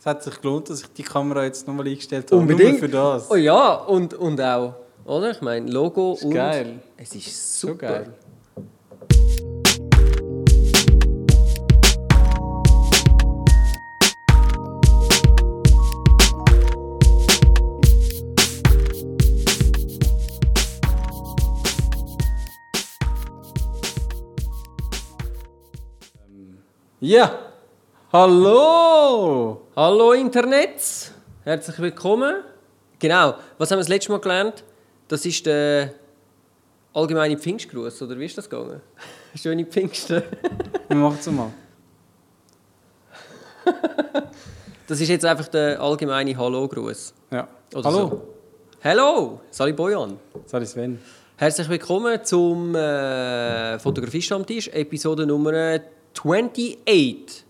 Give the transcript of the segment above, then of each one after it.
Es hat sich gelohnt, dass ich die Kamera jetzt nochmal eingestellt habe. Unbedingt. Nur für das. Oh ja, und auch, oder? Ich meine, Logo ist geil. Es ist super. So geil. Ja, hallo! Hallo Internet, herzlich willkommen. Genau, was haben wir das letzte Mal gelernt? Das ist der allgemeine Pfingstgruß, oder wie ist das gegangen? Schöne Pfingsten. Wir machen es mal. Das ist jetzt einfach der allgemeine Hallo-Gruß. Ja. Oder Hallo. So. Hallo, Sali Bojan. Sali Sven. Herzlich willkommen zum Fotografie-Stammtisch, Episode Nummer 28.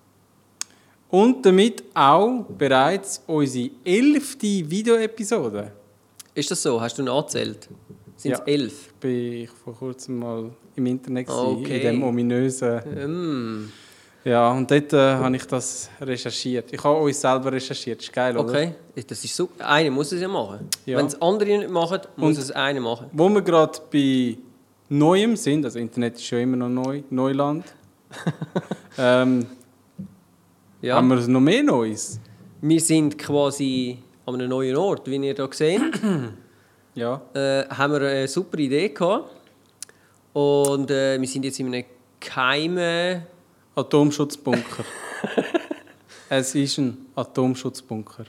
Und damit auch bereits unsere 11. Videoepisode. Ist das so? Hast du ihn angezählt? Sind es 11? Bin ich vor kurzem mal im Internet Okay. in dem ominösen... Ja, und dort habe ich das recherchiert. Ich habe uns selber recherchiert. Das ist geil, oder? Okay, das ist super. Einer muss es ja machen. Ja. Wenn es andere nicht machen, muss Und es einer machen. Wo wir gerade bei Neuem sind, also Internet ist schon immer noch Neuland, Ja. haben wir noch mehr Neues. Wir sind quasi an einem neuen Ort, wie ihr hier seht. Ja. Haben wir eine super Idee gehabt. Und wir sind jetzt in einem geheimen... Atomschutzbunker. Es ist ein Atomschutzbunker.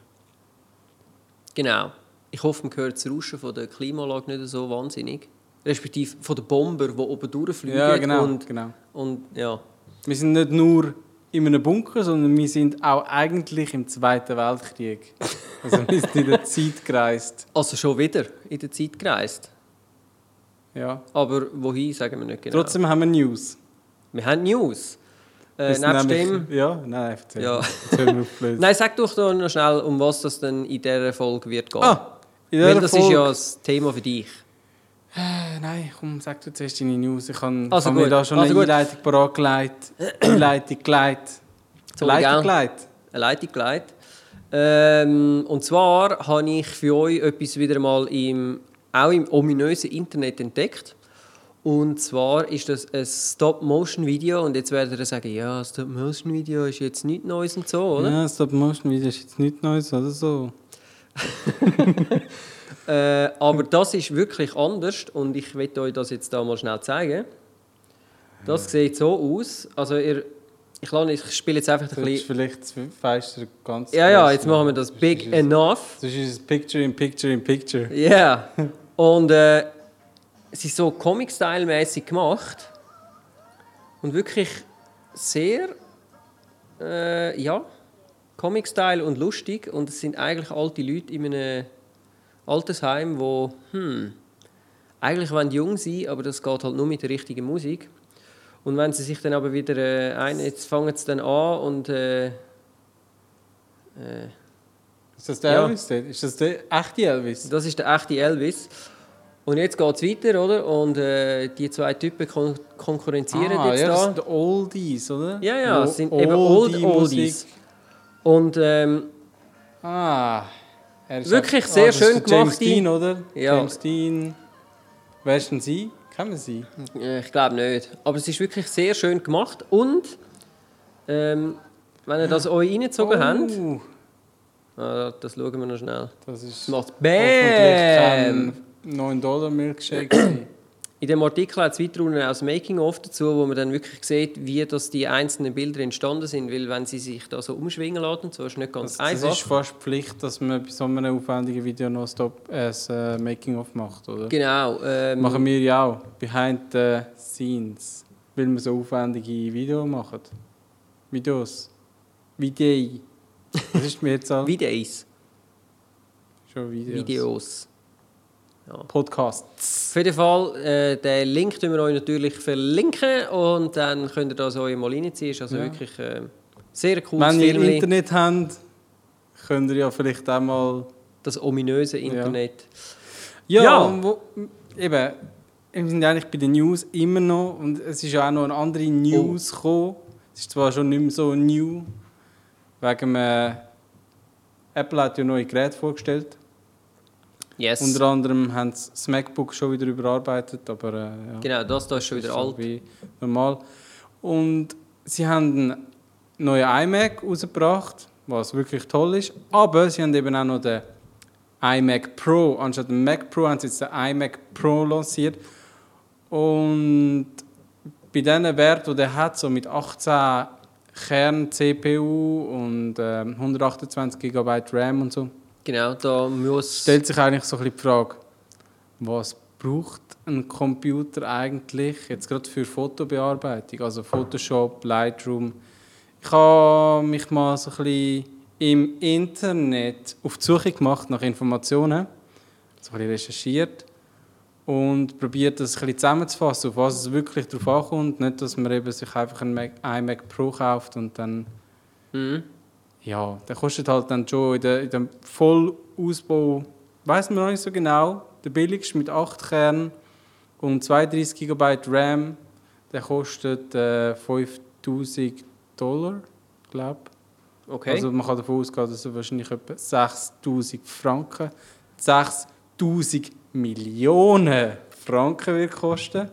Genau. Ich hoffe, man hört das Rauschen von der Klimaanlage nicht so wahnsinnig. Respektive von den Bomber, die oben durchfliegen. Ja, genau, und, genau. Und, ja. Wir sind nicht nur in einem Bunker, sondern wir sind auch eigentlich im Zweiten Weltkrieg. Also wir sind in der Zeit gereist. Also schon wieder in der Zeit gereist. Ja. Aber wohin, sagen wir nicht genau. Trotzdem haben wir News. Wir haben News. Wir sind Nebst nämlich- dem... Ja, nein, erzähl. Ja. Erzähl mir auf blöd. Nein, sag doch noch schnell, um was das denn in dieser Folge wird gehen. In Weil dieser das Folge, ist ja das Thema für dich. Nein, komm, sag du zuerst deine News. Ich habe Also mir gut, da schon also eine gut. Einleitung parat gelegt. Einleitung gelegt. Sorry, Leitung gell? gelegt. Eine Leitung geleitet. Und zwar habe ich für euch etwas wieder mal auch im ominösen Internet entdeckt. Und zwar ist das ein Stop-Motion-Video. Und jetzt werdet ihr sagen, ja, Stop-Motion-Video ist jetzt nichts Neues und so, oder? Ja, Stop-Motion-Video ist jetzt nichts Neues oder so. Aber das ist wirklich anders. Und ich will euch das jetzt da mal schnell zeigen. Das sieht so aus. Also ich spiele jetzt einfach ein Das ist bisschen... vielleicht das Fenster ganz Ja, groß. jetzt machen wir das big enough. Das ist ein Picture in Picture in Picture. Ja. Yeah. Und es ist so Comic-Style-mäßig gemacht. Und wirklich sehr, Comic-Style und lustig. Und es sind eigentlich alte Leute in einem Altersheim, die eigentlich wollen jung sein, aber das geht halt nur mit der richtigen Musik. Und wenn sie sich dann aber wieder jetzt fangen sie dann an und Ist das der Ja. Elvis? Ist das der echte Elvis? das ist der echte Elvis. Und jetzt geht es weiter, oder? Und die zwei Typen konkurrenzieren jetzt ja, das da. sind die Oldies, oder? Ja, es sind eben Oldies. Und Er ist Wirklich auch- sehr das schön ist der James gemachte- Dean, oder? Ja. James Dean. Wer ist denn sie? Kennen wir sie? ich glaube nicht. Aber es ist wirklich sehr schön gemacht. Und wenn ihr das euch reingezogen habt, das schauen wir noch schnell. Das ist Es macht hoffentlich BÄM! kein $9 Milkshake. In dem Artikel hat es weiter unten auch das Making-of dazu, wo man dann wirklich sieht, wie das die einzelnen Bilder entstanden sind. Weil wenn sie sich da so umschwingen lassen, so ist nicht ganz Das einfach. ist fast Pflicht, dass man bei so einem aufwendigen Video noch ein Making-of macht, oder? Genau. Machen wir ja auch. Behind the scenes. Weil wir so aufwendige Videos machen. Videos. Videos. Was ist mir jetzt an? Videos. Schon Videos. Videos. Podcasts. Auf jeden Fall, den Link tun wir euch natürlich verlinken und dann könnt ihr das euch mal reinziehen. Ist also Ja. wirklich sehr cooles Wenn ihr Film. Internet habt, könnt ihr ja vielleicht auch mal... Das ominöse Internet. Ja. Eben, wir sind eigentlich bei den News immer noch und es ist ja auch noch eine andere News gekommen. Es ist zwar schon nicht mehr so new, wegen einem Apple hat ja neue Geräte vorgestellt. Yes. Unter anderem haben sie das MacBook schon wieder überarbeitet, aber ja. Genau, das da ist schon wieder so alt. wie normal. Und sie haben einen neuen iMac rausgebracht, was wirklich toll ist. Aber sie haben eben auch noch den iMac Pro. Anstatt dem Mac Pro haben sie jetzt den iMac Pro lanciert. Und bei diesen Werten, die der hat, so mit 18 Kern CPU und 128 GB RAM und so, Genau, da muss... stellt sich eigentlich so ein bisschen die Frage, was braucht ein Computer eigentlich jetzt gerade für Fotobearbeitung, also Photoshop, Lightroom. Ich habe mich mal so ein bisschen im Internet auf die Suche gemacht nach Informationen, so ein bisschen recherchiert und probiert das ein bisschen zusammenzufassen, auf was es wirklich darauf ankommt. Nicht, dass man eben sich einfach einen iMac Pro kauft und dann... Ja, der kostet halt dann schon in dem Vollausbau, weiss man noch nicht so genau, der billigste mit 8 Kernen und 32 GB RAM, der kostet $5.000, glaube ich. Okay. Also man kann davon ausgehen, dass er wahrscheinlich etwa 6'000 Franken, 6'000 Millionen Franken wird kosten.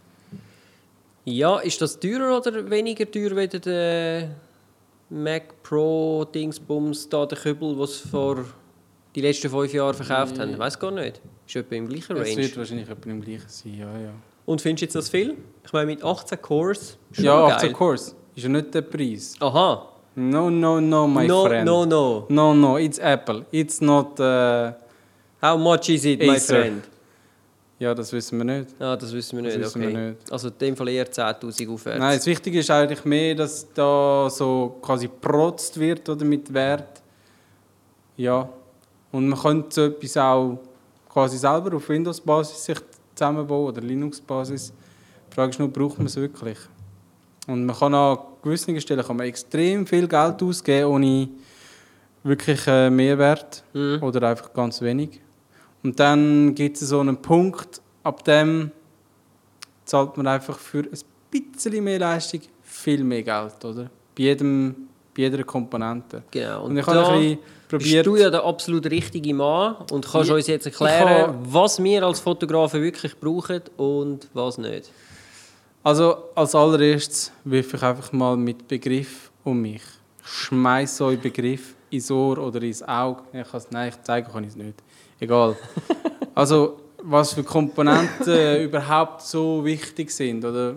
Ja, ist das teurer oder weniger teuer als der Mac Pro Dingsbums, da der Kübel, was sie vor die letzten 5 Jahren verkauft haben? Ich weiß gar nicht. Ist etwa im gleichen Range. Es wird wahrscheinlich etwa im gleichen sein, ja. Und findest du jetzt das viel? Ich meine, mit 18 Cores schon Ja, geil. 18 Cores ist ja nicht der Preis. Aha. No, my friend. No. No, it's Apple. It's not... How much is it, my Acer. friend? Ja, das wissen wir nicht. Ah, das wissen wir nicht, Das wissen okay. wir nicht. Also in dem Fall eher 10'000 aufwärts. Nein, das Wichtige ist eigentlich mehr, dass da so quasi protzt wird oder mit Wert. Ja. Und man könnte so etwas auch quasi selber auf Windows-Basis sich zusammenbauen oder Linux-Basis. Die Frage ist nur, braucht man es wirklich? Und man kann an gewissen Stellen kann man extrem viel Geld ausgeben, ohne wirklich Mehrwert oder einfach ganz wenig. Und dann gibt es so einen Punkt, ab dem zahlt man einfach für ein bisschen mehr Leistung viel mehr Geld, oder? Bei jeder Komponente. Genau. Und ich habe ein bisschen probiert... Bist du ja der absolut richtige Mann und kannst uns jetzt erklären, was wir als Fotografen wirklich brauchen und was nicht. Also als allererstes wirf ich einfach mal mit Begriff um mich. Schmeiß euch Begriff ins Ohr oder ins Auge. Ich zeigen kann ich es nicht. Egal. Also was für Komponenten überhaupt so wichtig sind. Oder?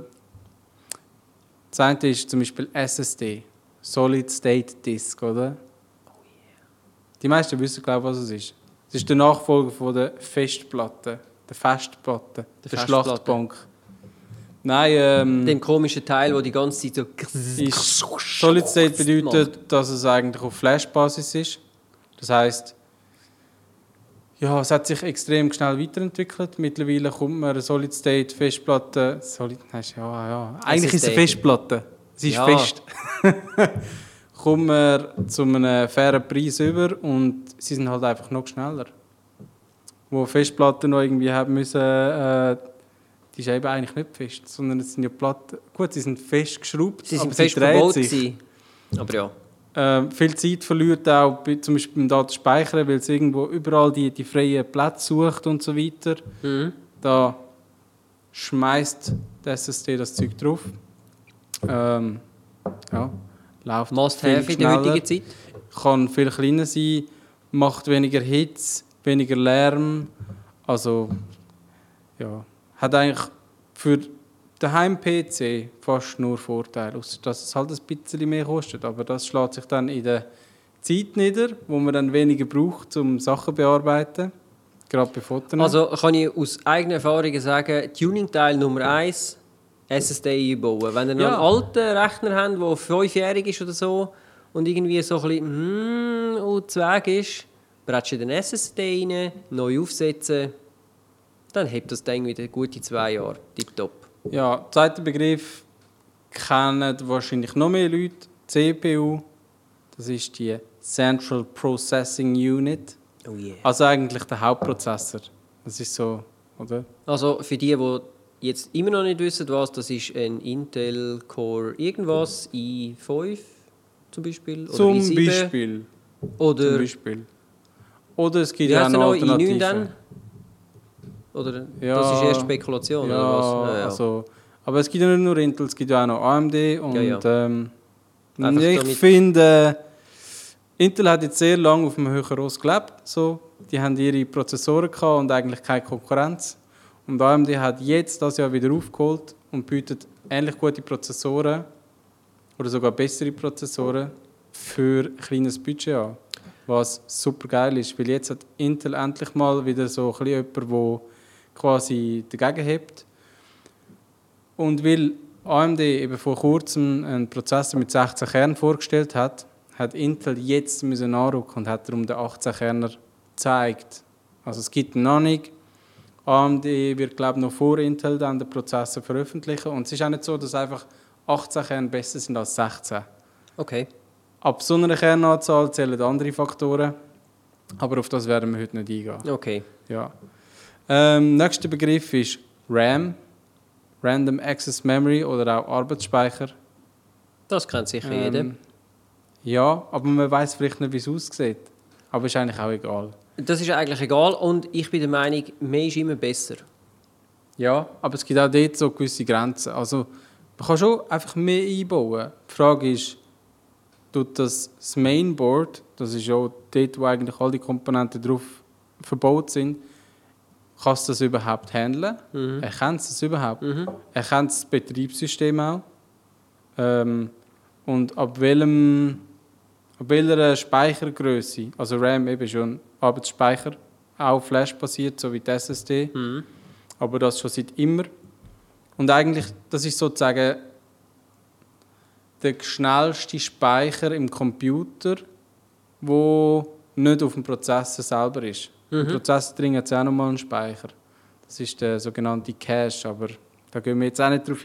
Das eine ist zum Beispiel SSD, Solid State Disk, oder? Die meisten wissen, glaube ich, was es ist. Es ist der Nachfolger von der Festplatte, der Schlachtbank. Nein, Dem komischen Teil, wo die ganze Zeit so... Solid State bedeutet, dass es eigentlich auf Flash-Basis ist. Das heisst, ja, es hat sich extrem schnell weiterentwickelt. Mittlerweile kommt man eine Solid State Festplatte. Eigentlich ist es eine Festplatte. Sie ist fest. Kommt man zu einem fairen Preis über und sie sind halt einfach noch schneller. Wo Festplatten noch irgendwie haben müssen, die ist eben eigentlich nicht fest, sondern es sind ja Platten. Gut, sie sind fest geschraubt, Sie sind aber fest sie dreht verbaut sich. gewesen. Aber ja. Viel Zeit verliert auch zum Beispiel beim Datenspeichern, weil es irgendwo überall die freien Plätze sucht und so weiter. Da schmeißt die SSD das Zeug drauf. Läuft Must viel have in der schneller, heutigen Zeit. kann viel kleiner sein, macht weniger Hitze, weniger Lärm. Also ja, hat eigentlich für den Heim-PC fast nur Vorteile, ausser dass es halt ein bisschen mehr kostet. Aber das schlägt sich dann in der Zeit nieder, wo man dann weniger braucht, um Sachen zu bearbeiten. Gerade bei Fotos. Also kann ich aus eigenen Erfahrungen sagen, Tuning-Teil Nummer 1, SSD einbauen. Wenn ihr noch einen alten Rechner habt, der 5-jährig ist oder so und irgendwie so ein bisschen zu Weg ist, bretzt ihr den SSD rein, neu aufsetzen, dann hebt das Ding wieder gute 2 Jahre. Tipptopp. Ja, der zweite Begriff kennen wahrscheinlich noch mehr Leute. CPU, das ist die Central Processing Unit. Oh yeah. Also eigentlich der Hauptprozessor. Das ist so, oder? Also für die jetzt immer noch nicht wissen, was das ist, ein Intel Core irgendwas, i5 zum Beispiel? Oder Zum i7. Beispiel. Zum Oder Beispiel. Oder es gibt wie ja auch heißt der noch noch? i9 Alternativen. dann? Oder Ja, das ist erst Spekulation, ja, oder was? Ja, ja. also... Aber es gibt ja nicht nur Intel, es gibt ja auch noch AMD und Ja. Einfach ich damit- finde, Intel hat jetzt sehr lange auf einem höheren Ross gelebt. So. Die haben ihre Prozessoren gehabt und eigentlich keine Konkurrenz. Und AMD hat jetzt das Jahr wieder aufgeholt und bietet ähnlich gute Prozessoren oder sogar bessere Prozessoren für ein kleines Budget an. Was super geil ist, weil jetzt hat Intel endlich mal wieder so ein bisschen jemand, der quasi dagegen hebt. Und weil AMD eben vor kurzem einen Prozessor mit 16 Kernen vorgestellt hat, hat Intel jetzt müssen nachrücken und hat darum den 18 Kerner gezeigt. Also es gibt ihn noch nicht. AMD wird, glaube ich, noch vor Intel dann den Prozessor veröffentlichen. Und es ist auch nicht so, dass einfach 18 Kerne besser sind als 16. Okay. Ab so einer Kernanzahl zählen andere Faktoren. Aber auf das werden wir heute nicht eingehen. Okay. Ja. Nächster Begriff ist RAM. Random Access Memory oder auch Arbeitsspeicher. Das kennt sicher jeder. Ja, aber man weiß vielleicht nicht, wie es aussieht. Aber ist eigentlich auch egal. Das ist eigentlich egal und ich bin der Meinung, mehr ist immer besser. Ja, aber es gibt auch dort so gewisse Grenzen. Also man kann schon einfach mehr einbauen. Die Frage ist, tut das Mainboard, das ist ja dort, wo eigentlich all die Komponenten drauf verbaut sind, kann es das überhaupt handeln? Erkennt es das überhaupt? Erkennt es das Betriebssystem auch? Und ab welcher Speichergröße, also RAM eben schon Arbeitsspeicher, auch Flash-basiert, so wie die SSD, aber das schon seit immer. Und eigentlich, das ist sozusagen der schnellste Speicher im Computer, der nicht auf dem Prozessor selber ist. Im Prozessor drin hat es auch nochmal einen Speicher. Das ist der sogenannte Cache, aber da gehen wir jetzt auch nicht drauf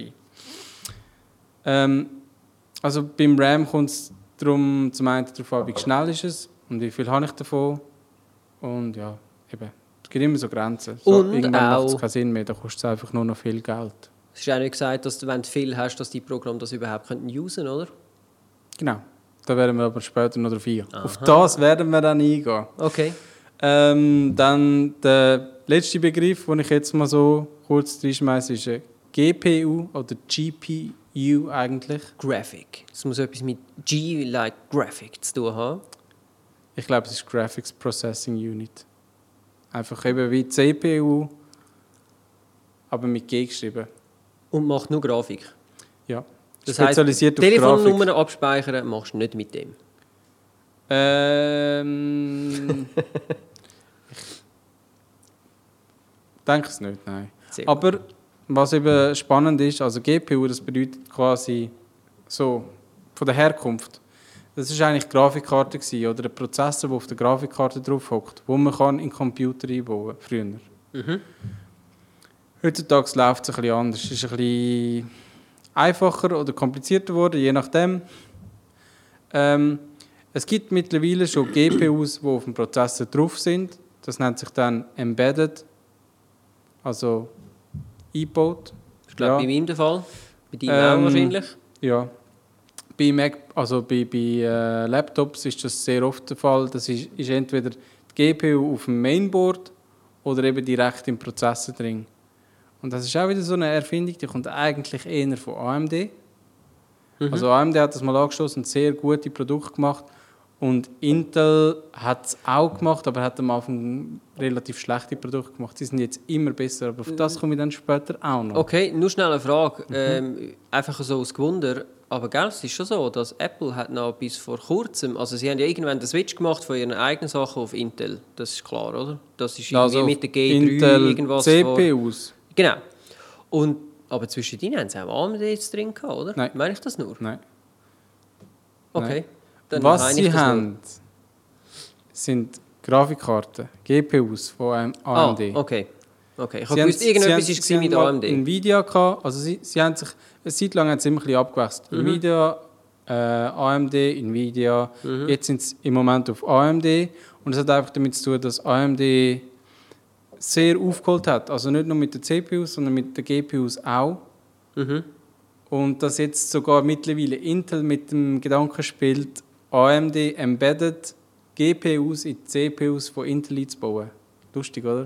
ein. Also beim RAM kommt es darum, zum einen darauf an, wie schnell ist es und wie viel habe ich davon. Und ja, eben, es gibt immer so Grenzen. So, Und irgendwann macht es auch- keinen Sinn mehr, da kostet es einfach nur noch viel Geld. Es ist auch nicht gesagt, dass du, wenn du viel hast, dass die Programme das überhaupt usen können, oder? Genau, da werden wir aber später noch drauf eingehen. Auf das werden wir dann eingehen. Okay. Dann der letzte Begriff, den ich jetzt mal so kurz reinschmeiße, ist eine GPU oder GPU eigentlich. Graphic. Es muss etwas mit G like Graphic zu tun haben. Ich glaube, es ist Graphics Processing Unit. Einfach eben wie CPU, aber mit G geschrieben. Und macht nur Grafik. Ja. Das heisst, Spezialisiert auf Grafik. Telefonnummern abspeichern machst du nicht mit dem. Ich denke es nicht, nein. Sehr gut. Aber was eben spannend ist, also GPU, das bedeutet quasi so von der Herkunft. Das war eigentlich die Grafikkarte gewesen, oder ein Prozessor, der auf der Grafikkarte drauf hockt, wo man kann in den Computer einbauen kann, früher. Heutzutage läuft es ein bisschen anders. Es ist ein bisschen einfacher oder komplizierter geworden, je nachdem. Es gibt mittlerweile schon GPUs, die auf dem Prozessor drauf sind. Das nennt sich dann Embedded, also eingebaut. Ich glaube, Ja. bei meinem der Fall. Bei deinem auch wahrscheinlich. Ja. Bei Mac, also bei Laptops ist das sehr oft der Fall. Das ist entweder die GPU auf dem Mainboard oder eben direkt im Prozessor drin. Und das ist auch wieder so eine Erfindung, die kommt eigentlich eher von AMD. Also AMD hat das mal angestoßen und sehr gute Produkte gemacht. Und Intel hat es auch gemacht, aber hat am Anfang relativ schlechte Produkte gemacht. Sie sind jetzt immer besser, aber auf das komme ich dann später auch noch. Okay, nur schnell eine Frage. Einfach so aus Gewunder. Aber gell, es ist schon so, dass Apple hat noch bis vor kurzem, also sie haben ja irgendwann den Switch gemacht von ihren eigenen Sachen auf Intel. Das ist klar, oder? Das ist irgendwie Also mit der G3 Intel irgendwas CPUs? Genau. Und, aber zwischendrin haben sie auch AMD jetzt drin gehabt, oder? Nein. Meine ich das nur? Nein. Okay. Dann Was meine ich sie das haben, sind Grafikkarten, GPUs von AMD. Ah, okay. Okay. Ich habe Sie gewusst, haben- irgendetwas sie war haben mit mal AMD. Nvidia gehabt, also sie haben sich, eine Zeit lang haben sie immer ein bisschen abgewechselt. Nvidia, AMD, Nvidia, jetzt sind sie im Moment auf AMD und es hat einfach damit zu tun, dass AMD sehr aufgeholt hat, also nicht nur mit den CPUs, sondern mit den GPUs auch. Und dass jetzt sogar mittlerweile Intel mit dem Gedanken spielt, AMD Embedded GPUs in CPUs von Intel einzubauen. Lustig, oder?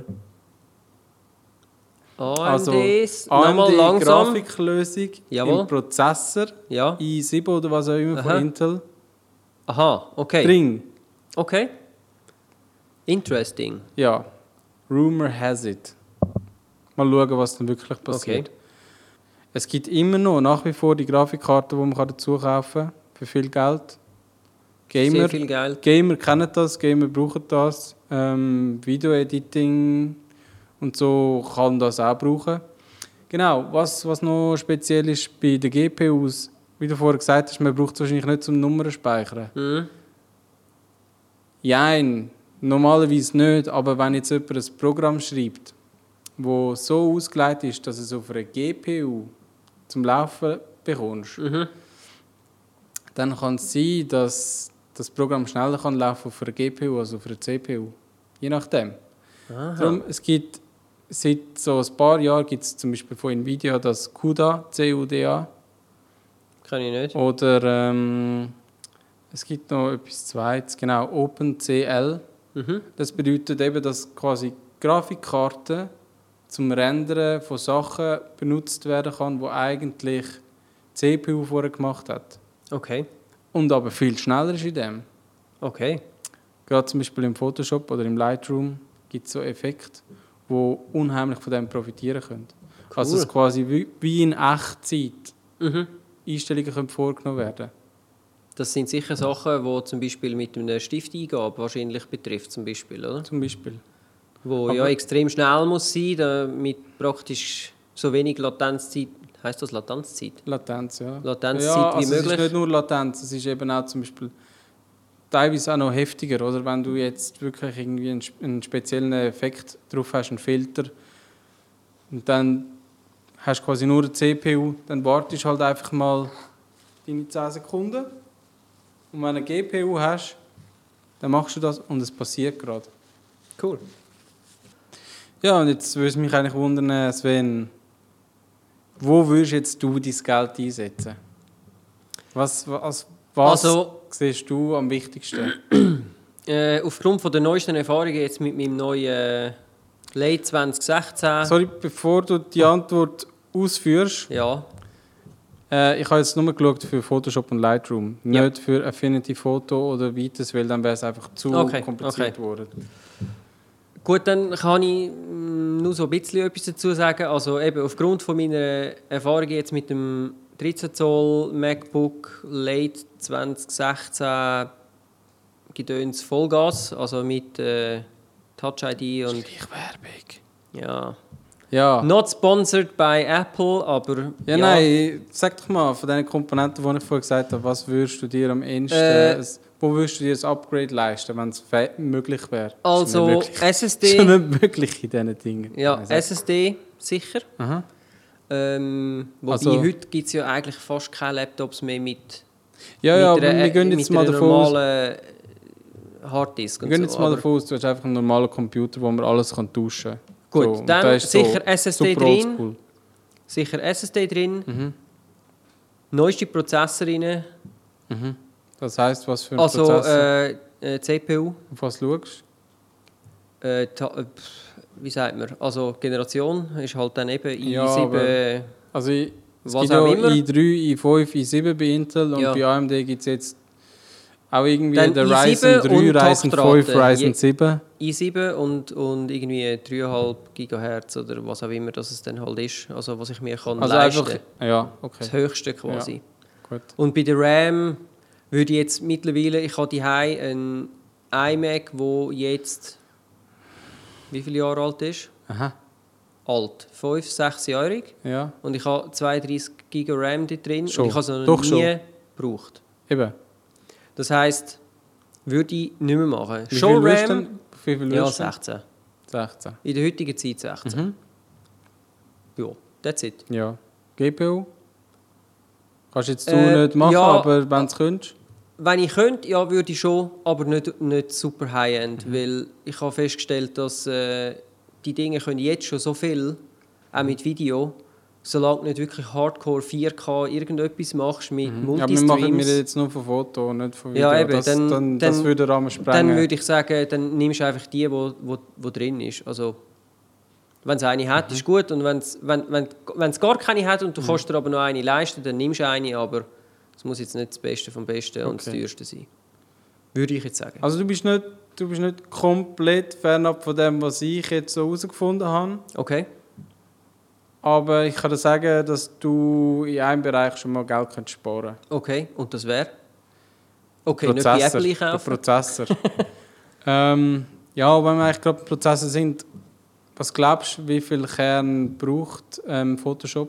AMD, AMD langsam. Grafiklösung Jawohl. im Prozessor, Ja. i7 oder was auch immer Aha. von Intel, Aha, okay. drin. Okay. Interesting. Ja, Rumor has it. Mal schauen, was dann wirklich passiert. Okay. Es gibt immer noch nach wie vor die Grafikkarte, die man dazu kaufen kann, für viel Geld. Sehr Gamer, viel Geld. Gamer kennen das, Gamer brauchen das. Video-Editing und so kann das auch brauchen. Genau, was noch speziell ist bei den GPUs, wie du vorher gesagt hast, man braucht es wahrscheinlich nicht zum Nummern speichern. Mhm. Nein, normalerweise nicht, aber wenn jetzt jemand ein Programm schreibt, das so ausgelegt ist, dass es auf einer GPU zum Laufen bekommst, dann kann es sein, dass das Programm schneller kann laufen auf einer GPU als auf einer CPU. Je nachdem. Darum, es gibt seit so ein paar Jahren gibt es zum Beispiel von Nvidia das CUDA, C-U-D-A. Kann ich nicht. Oder es gibt noch etwas Zweites, genau, OpenCL. Das bedeutet eben, dass quasi Grafikkarten zum Rendern von Sachen benutzt werden kann, die eigentlich die CPU vorher gemacht hat. Okay. Und aber viel schneller ist in dem. Okay. Gerade zum Beispiel im Photoshop oder im Lightroom gibt es so Effekte, die unheimlich von dem profitieren können. Cool. Also es quasi wie in Echtzeit Einstellungen können vorgenommen werden. Das sind sicher Sachen, die zum Beispiel mit einer Stifteingabe wahrscheinlich betrifft, zum Beispiel, oder? Zum Beispiel. Wo Aber- ja extrem schnell muss sein, damit praktisch so wenig Latenzzeit, heisst das Latenzzeit? Latenz, ja. Latenzzeit ja, wie also möglich. Es ist nicht nur Latenz, es ist eben auch zum Beispiel teilweise auch noch heftiger, oder? Wenn du jetzt wirklich irgendwie einen speziellen Effekt drauf hast, einen Filter, und dann hast du quasi nur eine CPU, dann wartest du halt einfach mal deine 10 Sekunden. Und wenn du eine GPU hast, dann machst du das und es passiert gerade. Cool. Ja, und jetzt würde es mich eigentlich wundern, Sven, wo würdest jetzt du dein Geld einsetzen? Was Also- siehst du am wichtigsten? Aufgrund von der neuesten Erfahrungen jetzt mit meinem neuen Late 2016. Sorry, bevor du die Antwort ausführst, Ja, ich habe jetzt nur geschaut für Photoshop und Lightroom, Ja. nicht für Affinity Photo oder weiteres, weil dann wäre es einfach zu Okay, kompliziert okay. geworden. gut, dann kann ich nur so ein bisschen etwas dazu sagen. Also eben aufgrund von meiner Erfahrung jetzt mit dem 13 Zoll MacBook Late 2016 Gedöns Vollgas, also mit Touch ID und Schleichwerbung. ja. Ja. Not sponsored by Apple, aber Ja, nein, sag doch mal, von den Komponenten, die ich vorher gesagt habe, was würdest du dir am ehesten, wo würdest du dir das Upgrade leisten, wenn es möglich wäre? Also Ist nicht SSD, nicht möglich in diesen Dingen. ja, Nein, sag- SSD sicher. Aha. Wobei Also- heute gibt es ja eigentlich fast keine Laptops mehr mit, Ja, ja, mit aber wir gehen jetzt mit mal einer davon aus, normalen Harddisk und wir gehen so. jetzt mal aber- davon aus, du hast einfach einen normalen Computer, wo man alles tauschen kann. Gut, und dann der ist sicher SSD super drin. oldschool. Sicher SSD drin, Mhm. neueste Prozessor rein, Das heisst, was für ein also Prozessor, CPU, auf was schaust wie sagt man, also Generation ist halt dann eben i7, Ja, aber- Also es Was gibt ja auch immer. i3, i5, i7 bei Intel und Ja. bei AMD gibt es jetzt auch irgendwie Dann den i7 Ryzen 3, und Ryzen Taktrate. 5, Ryzen 7. i7 und irgendwie 3,5 GHz oder was auch immer das es dann halt ist, also was ich mir kann Also leisten einfach, ja, okay, das Höchste quasi. gut. Und bei der RAM würde ich jetzt mittlerweile, ich habe daheim einen iMac, wo jetzt wie viele Jahre alt ist? Aha, Alt, 5, 6-jährig. ja, Und ich habe 32 GB RAM dort drin Schon. und ich habe es noch Doch nie schon. gebraucht. eben. Das heisst, würde ich nicht mehr machen. Wie Schon viel willst du RAM? denn? Wie viel Ja, willst du denn? 16. 16. In der heutigen Zeit 16. Mhm. Ja, that's it. Ja. GPU? Kannst jetzt du Äh, nicht machen, ja, aber wenn du es könntest. Wenn ich könnte, ja, würde ich schon, aber nicht super Mhm. High-End, weil ich habe festgestellt, dass die Dinge können jetzt schon so viel, auch mit Video, solange du nicht wirklich Hardcore 4K irgendetwas machst mit Aber wir machen Multistreams. jetzt nur von Foto, nicht von Video. Ja, eben, das würde den Rahmen sprengen. Dann würde ich sagen, dann nimmst du einfach die, wo drin ist. Also, wenn es eine hat, ist gut. Und wenn es gar keine hat und du kannst dir aber noch eine leisten, dann nimmst du eine. Aber es muss jetzt nicht das Beste vom Besten und das Teuerste sein. Würde ich jetzt sagen. Also du bist nicht komplett fernab von dem, was ich jetzt so herausgefunden habe. Okay. Aber ich kann dir sagen, dass du in einem Bereich schon mal Geld sparen könntest. Okay, und das wäre? Okay, Prozessor, nicht bei Apple der einkaufen. Prozessor. Ja, wenn wir eigentlich gerade Prozessor sind, was glaubst du, wie viel Kern braucht Photoshop?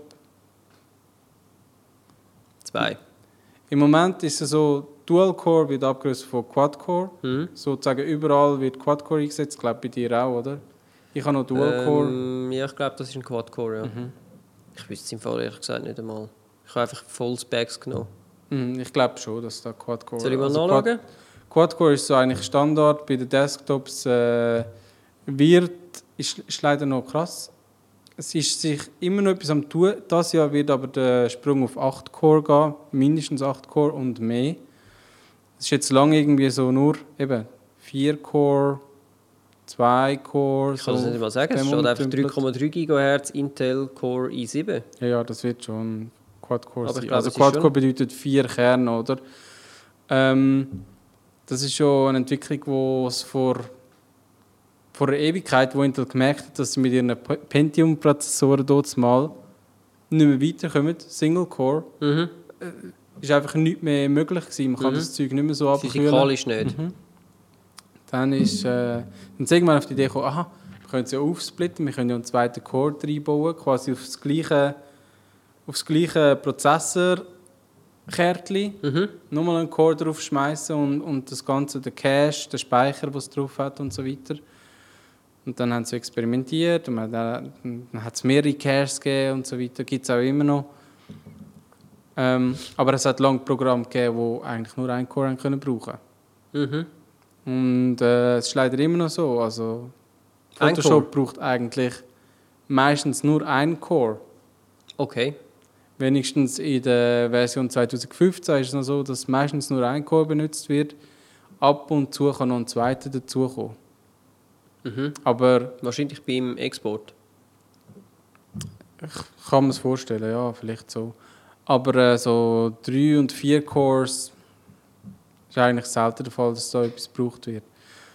2. Im Moment ist es so, Dual-Core wird abgelöst von Quad-Core. Sozusagen überall wird Quad-Core eingesetzt. Ich glaube, bei dir auch, oder? Ich habe noch Dual-Core. Ja, ich glaube, das ist ein Quad-Core, ja. Ich wüsste es im Fall ehrlich gesagt nicht einmal. Ich habe einfach Full Specs genommen. Ich glaube schon, dass da Quad-Core... Soll ich mal nachschauen? Quad-Core ist so eigentlich Standard bei den Desktops. Ist leider noch krass. Es ist sich immer noch etwas am tun. Dieses Jahr wird aber der Sprung auf 8 Core gehen, mindestens 8 Core und mehr. Es ist jetzt lange irgendwie so nur eben 4 Core, 2 Core. Ich kann das nicht einmal sagen. Es steht einfach 3,3 GHz Intel Core i7. Ja, das wird schon Quad-Core sein. Aber ich glaube, Also es ist Quad-Core schon... bedeutet 4 Kerne, oder? Das ist schon eine Entwicklung, die es vor einer Ewigkeit, wo Intel gemerkt hat, dass sie mit ihren Pentium-Prozessoren dort mal nicht mehr weiterkommen. Single-Core. Ist einfach nicht mehr möglich gewesen. Man kann das Zeug nicht mehr so abkühlen. Physikalisch nicht. Dann ist dann irgendwann auf die Idee gekommen, aha, wir können es ja aufsplitten, wir können ja einen zweiten Core reinbauen, quasi auf das gleiche Prozessorkärtchen, nochmal einen Core drauf schmeißen und das Ganze, den Cache, den Speicher, den es drauf hat und so weiter. Und dann haben sie experimentiert und dann hat es mehrere Caches gegeben und so weiter, gibt es auch immer noch. Aber es hat lange Programme gegeben, die eigentlich nur einen Core brauchen können. Und es ist leider immer noch so. Also, Photoshop braucht eigentlich meistens nur einen Core. Okay. Wenigstens in der Version 2015 ist es noch so, dass meistens nur ein Core benutzt wird. Ab und zu kann noch ein zweiter dazukommen. Aber wahrscheinlich beim Export. Ich kann mir es vorstellen, ja, vielleicht so. Aber so 3 und 4 Cores ist eigentlich selten der Fall, dass da etwas gebraucht wird.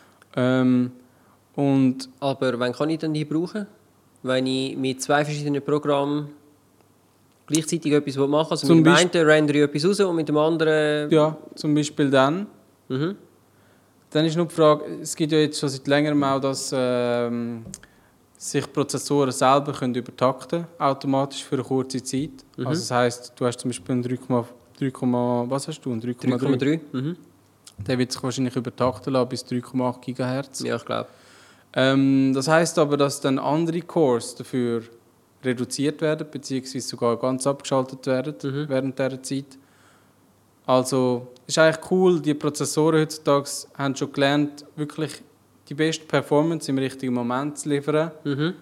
Aber wann kann ich denn die brauchen? Wenn ich mit 2 verschiedenen Programmen gleichzeitig etwas machen will? Also mit dem einen rendere ich etwas raus und mit dem anderen... Ja, zum Beispiel dann. Dann ist noch die Frage, es gibt ja jetzt schon seit längerem auch, dass sich Prozessoren selber können übertakten können, automatisch für eine kurze Zeit. Also das heisst, du hast zum Beispiel einen 3,3. Der wird sich wahrscheinlich übertakten lassen bis 3,8 GHz. Ja, ich glaube. Das heisst aber, dass dann andere Cores dafür reduziert werden, beziehungsweise sogar ganz abgeschaltet werden während dieser Zeit. Also ist eigentlich cool, die Prozessoren heutzutage haben schon gelernt, wirklich die beste Performance im richtigen Moment zu liefern.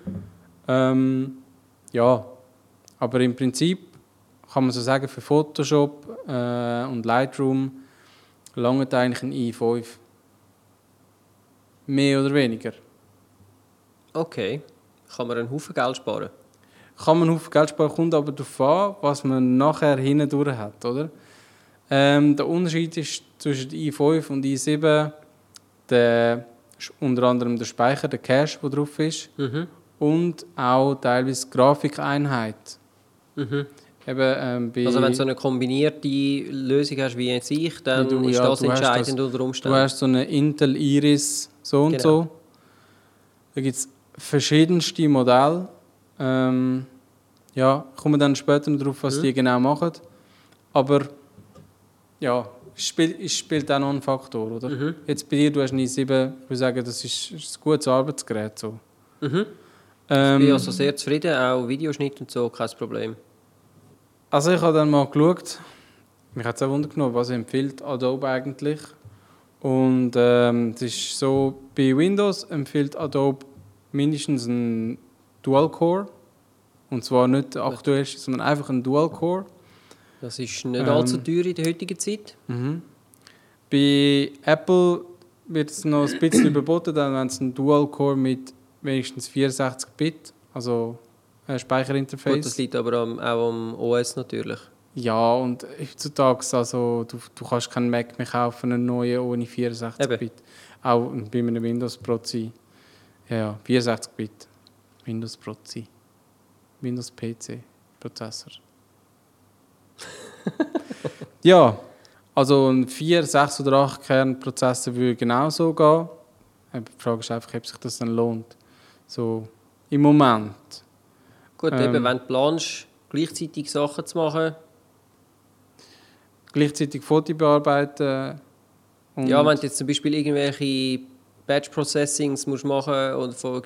Ja, aber im Prinzip kann man so sagen, für Photoshop und Lightroom langt eigentlich ein i5. Mehr oder weniger. Okay. Kann man einen Haufen Geld sparen? Kann man einen Haufen Geld sparen, kommt aber darauf an, was man nachher hindurch hat, oder? Der Unterschied ist zwischen i5 und i7 unter anderem der Speicher, der Cache, der drauf ist, und auch teilweise die Grafikeinheit. Eben, also wenn du so eine kombinierte Lösung hast wie jetzt ich, dann ist das entscheidend unter Umständen. Du hast so eine Intel Iris so und so. Da gibt es verschiedenste Modelle. Ja, kommen wir dann später noch drauf, was die genau machen. Aber ja, spielt auch noch ein Faktor, oder? Jetzt bei dir, du hast einen i7, ich würde sagen, das ist ein gutes Arbeitsgerät. So. Ich bin also sehr zufrieden, auch Videoschnitt und so, kein Problem. Also ich habe dann mal geschaut, mich hat es auch Wunder genommen, was empfiehlt Adobe eigentlich. Und es ist so, bei Windows empfiehlt Adobe mindestens einen Dual-Core. Und zwar nicht der aktuellste, sondern einfach ein Dual-Core. Das ist nicht allzu teuer in der heutigen Zeit. Bei Apple wird es noch ein bisschen überboten, dann wenn es ein Dual-Core mit wenigstens 64 Bit, also Speicherinterface. Gut, das liegt aber auch am OS natürlich. Ja, und heutzutage, also du kannst keinen Mac mehr kaufen, einen neuen ohne 64 Eben. Bit. Auch bei einem Windows-Prozi. Ja, 64 Bit. Windows-Prozi. Windows-PC-Prozessor. Ja, also ein 4, 6 oder 8 Kernprozessor würde genauso gehen. Die Frage ist einfach, ob sich das dann lohnt. So im Moment. Gut, eben, wenn du planst, gleichzeitig Sachen zu machen. Gleichzeitig Foto bearbeiten. Und Ja, wenn du jetzt zum Beispiel irgendwelche Batch-Processings musst machen und von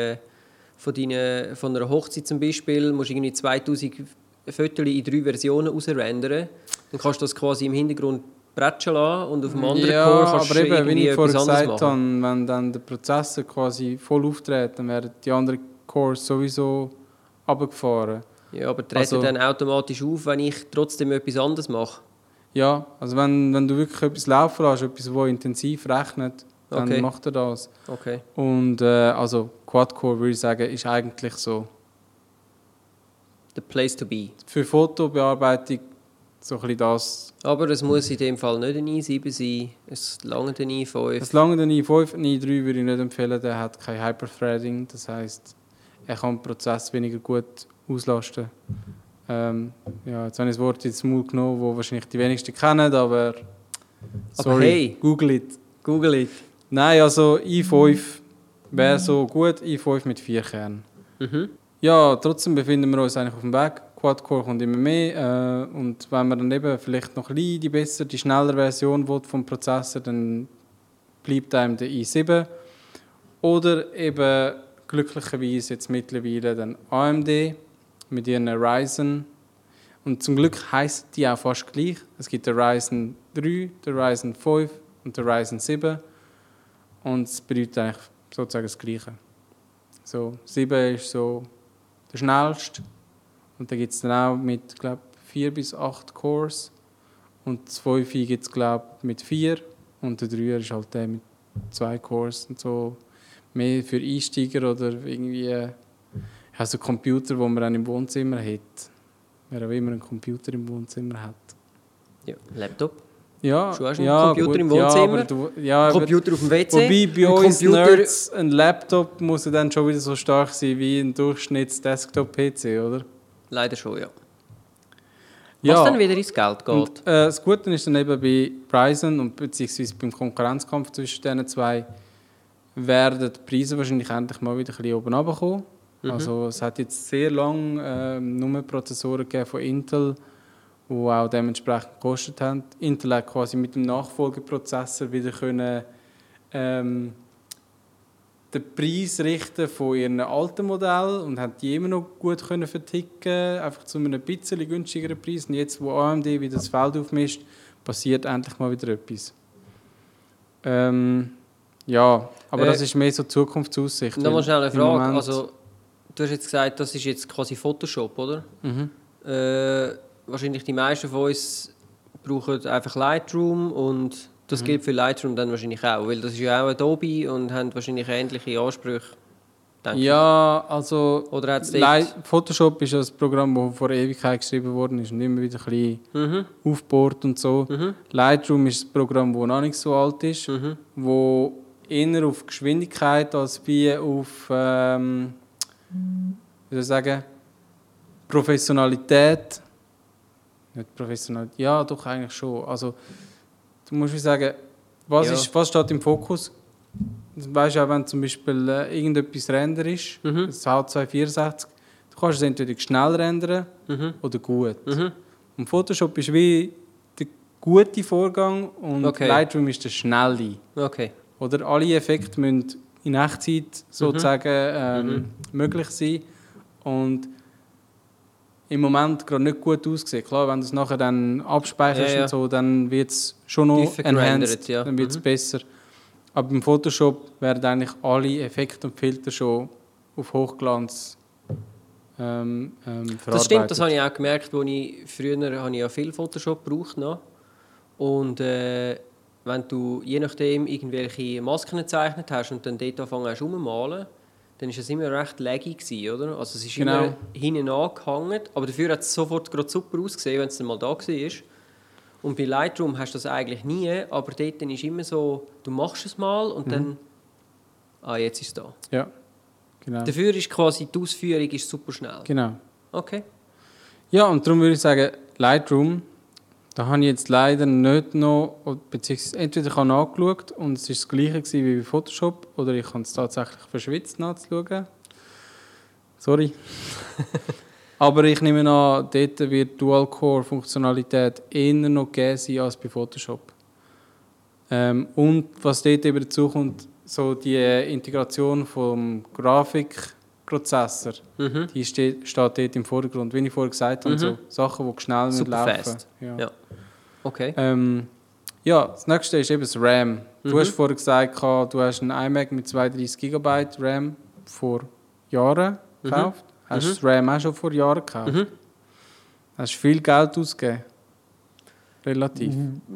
einer Hochzeit zum Beispiel, musst du irgendwie 2000 Fotos in 3 Versionen rausrendern, dann kannst du das quasi im Hintergrund bretschen lassen und auf dem anderen Core kannst aber du eben, wie irgendwie ich vorher etwas anderes gesagt habe, machen. wenn dann der Prozessor quasi voll auftritt, dann werden die anderen Cores sowieso runtergefahren. Ja, aber treten Also- dann automatisch auf, wenn ich trotzdem etwas anderes mache. Ja, also wenn du wirklich etwas laufen lässt, etwas, das intensiv rechnet, dann Okay. macht er das. Okay. Und also Quad-Core würde ich sagen, ist eigentlich so The place to be. für Fotobearbeitung so ein bisschen das. Aber es muss in dem Fall nicht ein i7 sein, es langt ein i5. Das lange den i5 und i3 würde ich nicht empfehlen, der hat kein Hyperthreading, das heisst, er kann den Prozess weniger gut auslasten. Ja, jetzt habe ich das Wort ins Mund genommen, das wahrscheinlich die wenigsten kennen, aber sorry, hey. Google it. Google it. Nein, also i5 wäre so gut, i5 mit 4 Kernen. Mhm. Ja, trotzdem befinden wir uns eigentlich auf dem Weg. Quad-Core kommt immer mehr und wenn man dann eben vielleicht noch ein bisschen die bessere, die schnellere Version will vom Prozessor, dann bleibt einem der i7 oder eben glücklicherweise jetzt mittlerweile dann AMD mit ihren Ryzen. Und zum Glück heissen die auch fast gleich. Es gibt den Ryzen 3, den Ryzen 5 und den Ryzen 7. Und es bedeutet eigentlich sozusagen das Gleiche. So, 7 ist so der schnellste. Und dann gibt es dann auch mit, glaube 4 bis 8 Cores. Und das 5 gibt es, glaube mit 4. Und der 3 ist halt der mit 2 Cores und so. Mehr für Einsteiger oder irgendwie so Computer, die man dann im Wohnzimmer hat. Wer auch immer einen Computer im Wohnzimmer hat. Ja, Laptop. Ja, Du hast einen Computer gut, im Wohnzimmer, aber Computer auf dem WC. wobei bei ein uns Computer- Nerds ein Laptop muss ja dann schon wieder so stark sein wie ein Durchschnitts-Desktop-PC, oder? Leider schon, ja. Ja. Was dann wieder ins Geld geht. Und, das Gute ist dann eben bei Ryzen und beziehungsweise beim Konkurrenzkampf zwischen diesen zwei werden die Preise wahrscheinlich endlich mal wieder ein bisschen oben runterkommen. Also es hat jetzt sehr lange nur Prozessoren gegeben von Intel, die auch dementsprechend gekostet haben. Intel hat quasi mit dem Nachfolgeprozessor wieder können, den Preis richten von ihren alten Modellen und haben die immer noch gut können verticken, einfach zu einem bisschen günstigeren Preis. Und jetzt, wo AMD wieder das Feld aufmischt, passiert endlich mal wieder etwas. Ja, aber das ist mehr so Zukunftsaussicht. Nochmal weil schnell eine im Frage. Moment- Also, du hast jetzt gesagt, das ist jetzt quasi Photoshop, oder? Mhm. Wahrscheinlich die meisten von uns brauchen einfach Lightroom und das gilt für Lightroom dann wahrscheinlich auch, weil das ist ja auch Adobe und haben wahrscheinlich ähnliche Ansprüche. denke Ja, also ich. Oder hat's dort... Photoshop ist ja ein Programm, das vor Ewigkeit geschrieben worden ist und immer wieder ein bisschen aufgebohrt und so. Lightroom ist ein Programm, das noch nicht so alt ist, wo eher auf Geschwindigkeit als wie auf wie soll ich sagen, Professionalität. Nicht Professionalität, ja doch eigentlich schon. Also du musst wie sagen, was steht im Fokus? Weißt du auch, wenn zum Beispiel irgendetwas Render ist, das H264, du kannst es entweder schnell rendern oder gut. Und Photoshop ist wie der gute Vorgang und Lightroom ist der schnelle. Okay. Oder alle Effekte müssen in Echtzeit sozusagen möglich sein und im Moment gerade nicht gut aussehen. Klar, wenn du es nachher dann abspeicherst und so, dann wird es schon noch Tiefer enhanced, gerendert, ja. dann wird es besser. Aber beim Photoshop werden eigentlich alle Effekte und Filter schon auf Hochglanz verarbeitet. Das stimmt, das habe ich auch gemerkt, wo früher habe ich ja viel Photoshop gebraucht noch. Und wenn du je nachdem irgendwelche Masken gezeichnet hast und dann dort angefangen hast rumzumalen, dann war es immer recht laggy gewesen, oder? Also es ist immer hinten angehangen, aber dafür hat es sofort gerade super ausgesehen, wenn es dann mal da war. Und bei Lightroom hast du das eigentlich nie, aber dort dann ist immer so, du machst es mal und dann, jetzt ist es da. Ja, genau. Dafür ist quasi die Ausführung ist super schnell. Genau. Okay. Ja, und darum würde ich sagen, Lightroom, da habe ich jetzt leider nicht noch, beziehungsweise entweder ich habe nachgeschaut und es war das Gleiche gewesen wie bei Photoshop, oder ich habe es tatsächlich verschwitzt nachzuschauen. Sorry. Aber ich nehme an, dort wird Dual-Core-Funktionalität eher noch gegeben sein als bei Photoshop. Und was dort eben dazu kommt, so die Integration vom Grafikprozessor, die steht dort im Vordergrund. Wie ich vorher gesagt habe, so Sachen, die schnell super laufen fast. müssen. Ja. Okay. Ja, das nächste ist eben das RAM. Du hast vorher gesagt, du hast einen iMac mit 32 GB RAM vor Jahren gekauft. Hast du das RAM auch schon vor Jahren gekauft? Hast du viel Geld ausgegeben? Relativ.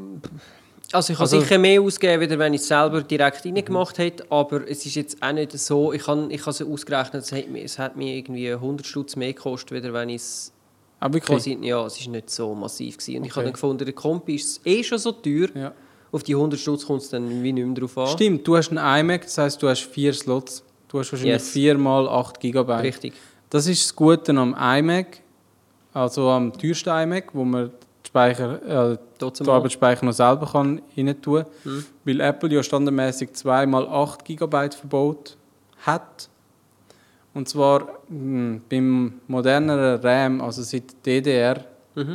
Also ich habe sicher mehr ausgegeben, wieder wenn ich es selber direkt reingemacht hätte, aber es ist jetzt auch nicht so, ich habe es ausgerechnet, es hat mir irgendwie 100 Stutz mehr gekostet, wieder wenn ich es quasi, ja, es ist nicht so massiv gewesen. Und ich habe dann gefunden, der Kompi ist schon so teuer, auf die 100 Stutz kommt es dann wie nicht mehr drauf an. Stimmt, du hast einen iMac, das heisst, du hast 4 Slots, du hast wahrscheinlich 4 mal 8 GB. Richtig. Das ist das Gute am iMac, also am teuersten iMac, wo man den Arbeitsspeicher noch selber kann rein tun kann, weil Apple ja standardmäßig 2 mal 8 GB Verbot hat. Und zwar beim moderneren RAM, also seit DDR,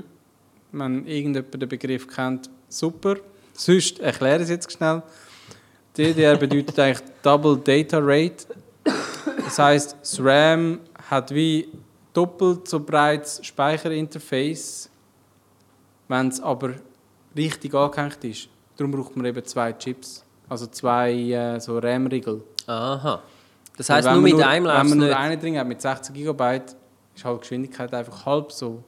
wenn irgendjemand den Begriff kennt, super. Sonst erkläre ich es jetzt schnell. DDR bedeutet eigentlich Double Data Rate. Das heisst, das RAM hat wie doppelt so breites Speicherinterface, wenn es aber richtig angehängt ist. Darum braucht man eben 2 Chips, also 2 so RAM-Riegel. Aha. Das heisst, nur mit einem läuft es nicht? Wenn man nur einen drin hat mit 16 GB, ist halt die Geschwindigkeit einfach halb so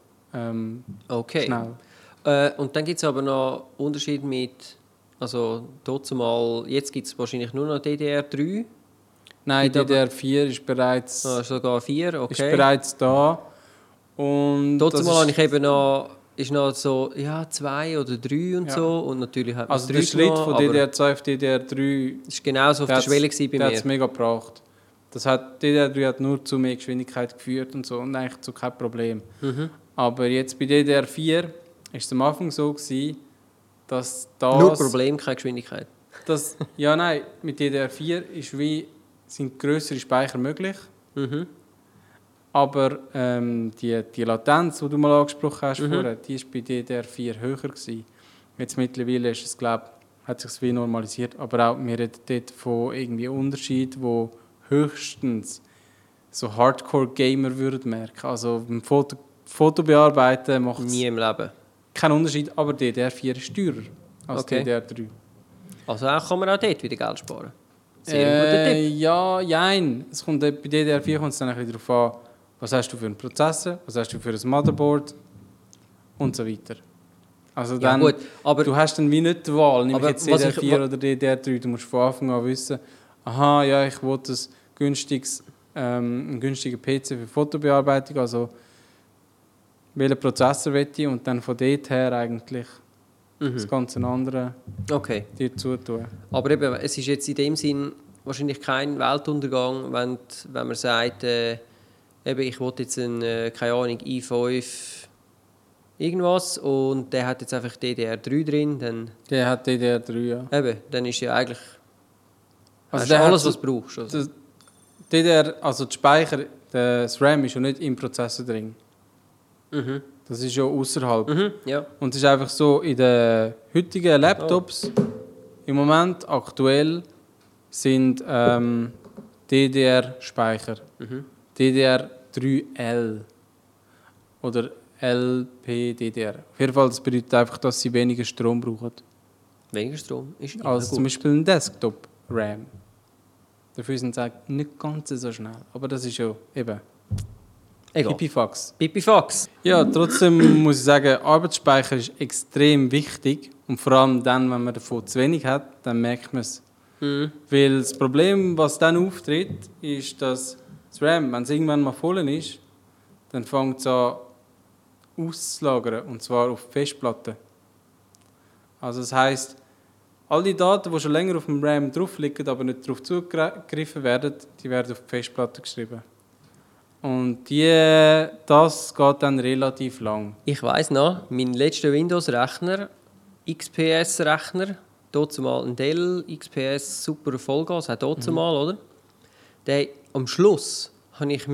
schnell. Und dann gibt es aber noch Unterschied mit, also dazumal, jetzt gibt es wahrscheinlich nur noch DDR3. Nein, DDR4 ist bereits, sogar 4, okay. Ist bereits da. Und dazumal habe ich eben noch, ist noch so, 2 oder 3 und so. Und natürlich hat man also der Schritt von DDR2 auf DDR3 ist genauso auf der Schwelle bei mir. Der hat es mega gebracht. DDR3 hat nur zu mehr Geschwindigkeit geführt und so und eigentlich zu keinem Problem. Aber jetzt bei DDR4 war es am Anfang so gewesen, dass das... Nur Problem, keine Geschwindigkeit. Mit DDR4 sind grössere Speicher möglich. Aber die Latenz, die du mal angesprochen hast vorher, die war bei DDR4 höher gewesen. Jetzt mittlerweile ist es, hat sich wie normalisiert. Aber auch, wir reden dort von irgendwie Unterschied, wo höchstens so Hardcore-Gamer würden merken. Also beim Foto bearbeiten macht es nie im Leben keinen Unterschied, aber DDR4 ist teurer als DDR3. Also kann man auch dort wieder Geld sparen? Sehr guter Tipp. Ja, jein. Bei DDR4 kommt es dann ein bisschen darauf an, was hast du für einen Prozessor, was hast du für ein Motherboard und so weiter. Also dann, gut, aber du hast dann wie nicht die Wahl, nämlich jetzt DDR4 oder DDR3. Du musst von Anfang an wissen, ich will einen günstigen PC für Fotobearbeitung, also welchen Prozessor will ich und dann von dort her eigentlich das ganze andere dir zutun. Aber eben, es ist jetzt in dem Sinn wahrscheinlich kein Weltuntergang, wenn man sagt, ich will jetzt einen, keine Ahnung, i5 irgendwas und der hat jetzt einfach DDR3 drin, dann... Der hat DDR3, ja. Eben, dann ist ja eigentlich also alles, was du brauchst. Also. Also der Speicher, das RAM ist ja nicht im Prozessor drin. Das ist ja außerhalb. Ja. Und es ist einfach so, in den heutigen Laptops, im Moment aktuell, sind DDR-Speicher. DDR3L. Oder LPDDR. Auf jeden Fall, das bedeutet einfach, dass sie weniger Strom brauchen. Weniger Strom ist immer als gut. Zum Beispiel ein Desktop-RAM. Dafür sind sie nicht ganz so schnell. Aber das ist ja eben Egal. Pipifax. Pipifax. Ja, trotzdem muss ich sagen, Arbeitsspeicher ist extrem wichtig. Und vor allem dann, wenn man davon zu wenig hat, dann merkt man es. Weil das Problem, was dann auftritt, ist, dass das RAM, wenn es irgendwann mal voll ist, dann fängt es an auszulagern, und zwar auf die Festplatte. Also das heisst, all die Daten, die schon länger auf dem RAM drauf liegen, aber nicht darauf zugegriffen werden, die werden auf die Festplatte geschrieben. Und das geht dann relativ lang. Ich weiss noch, mein letzter Windows-Rechner, XPS-Rechner, dazumal ein Dell XPS Super Vollgas, auch dazumal, oder? Am Schluss habe ich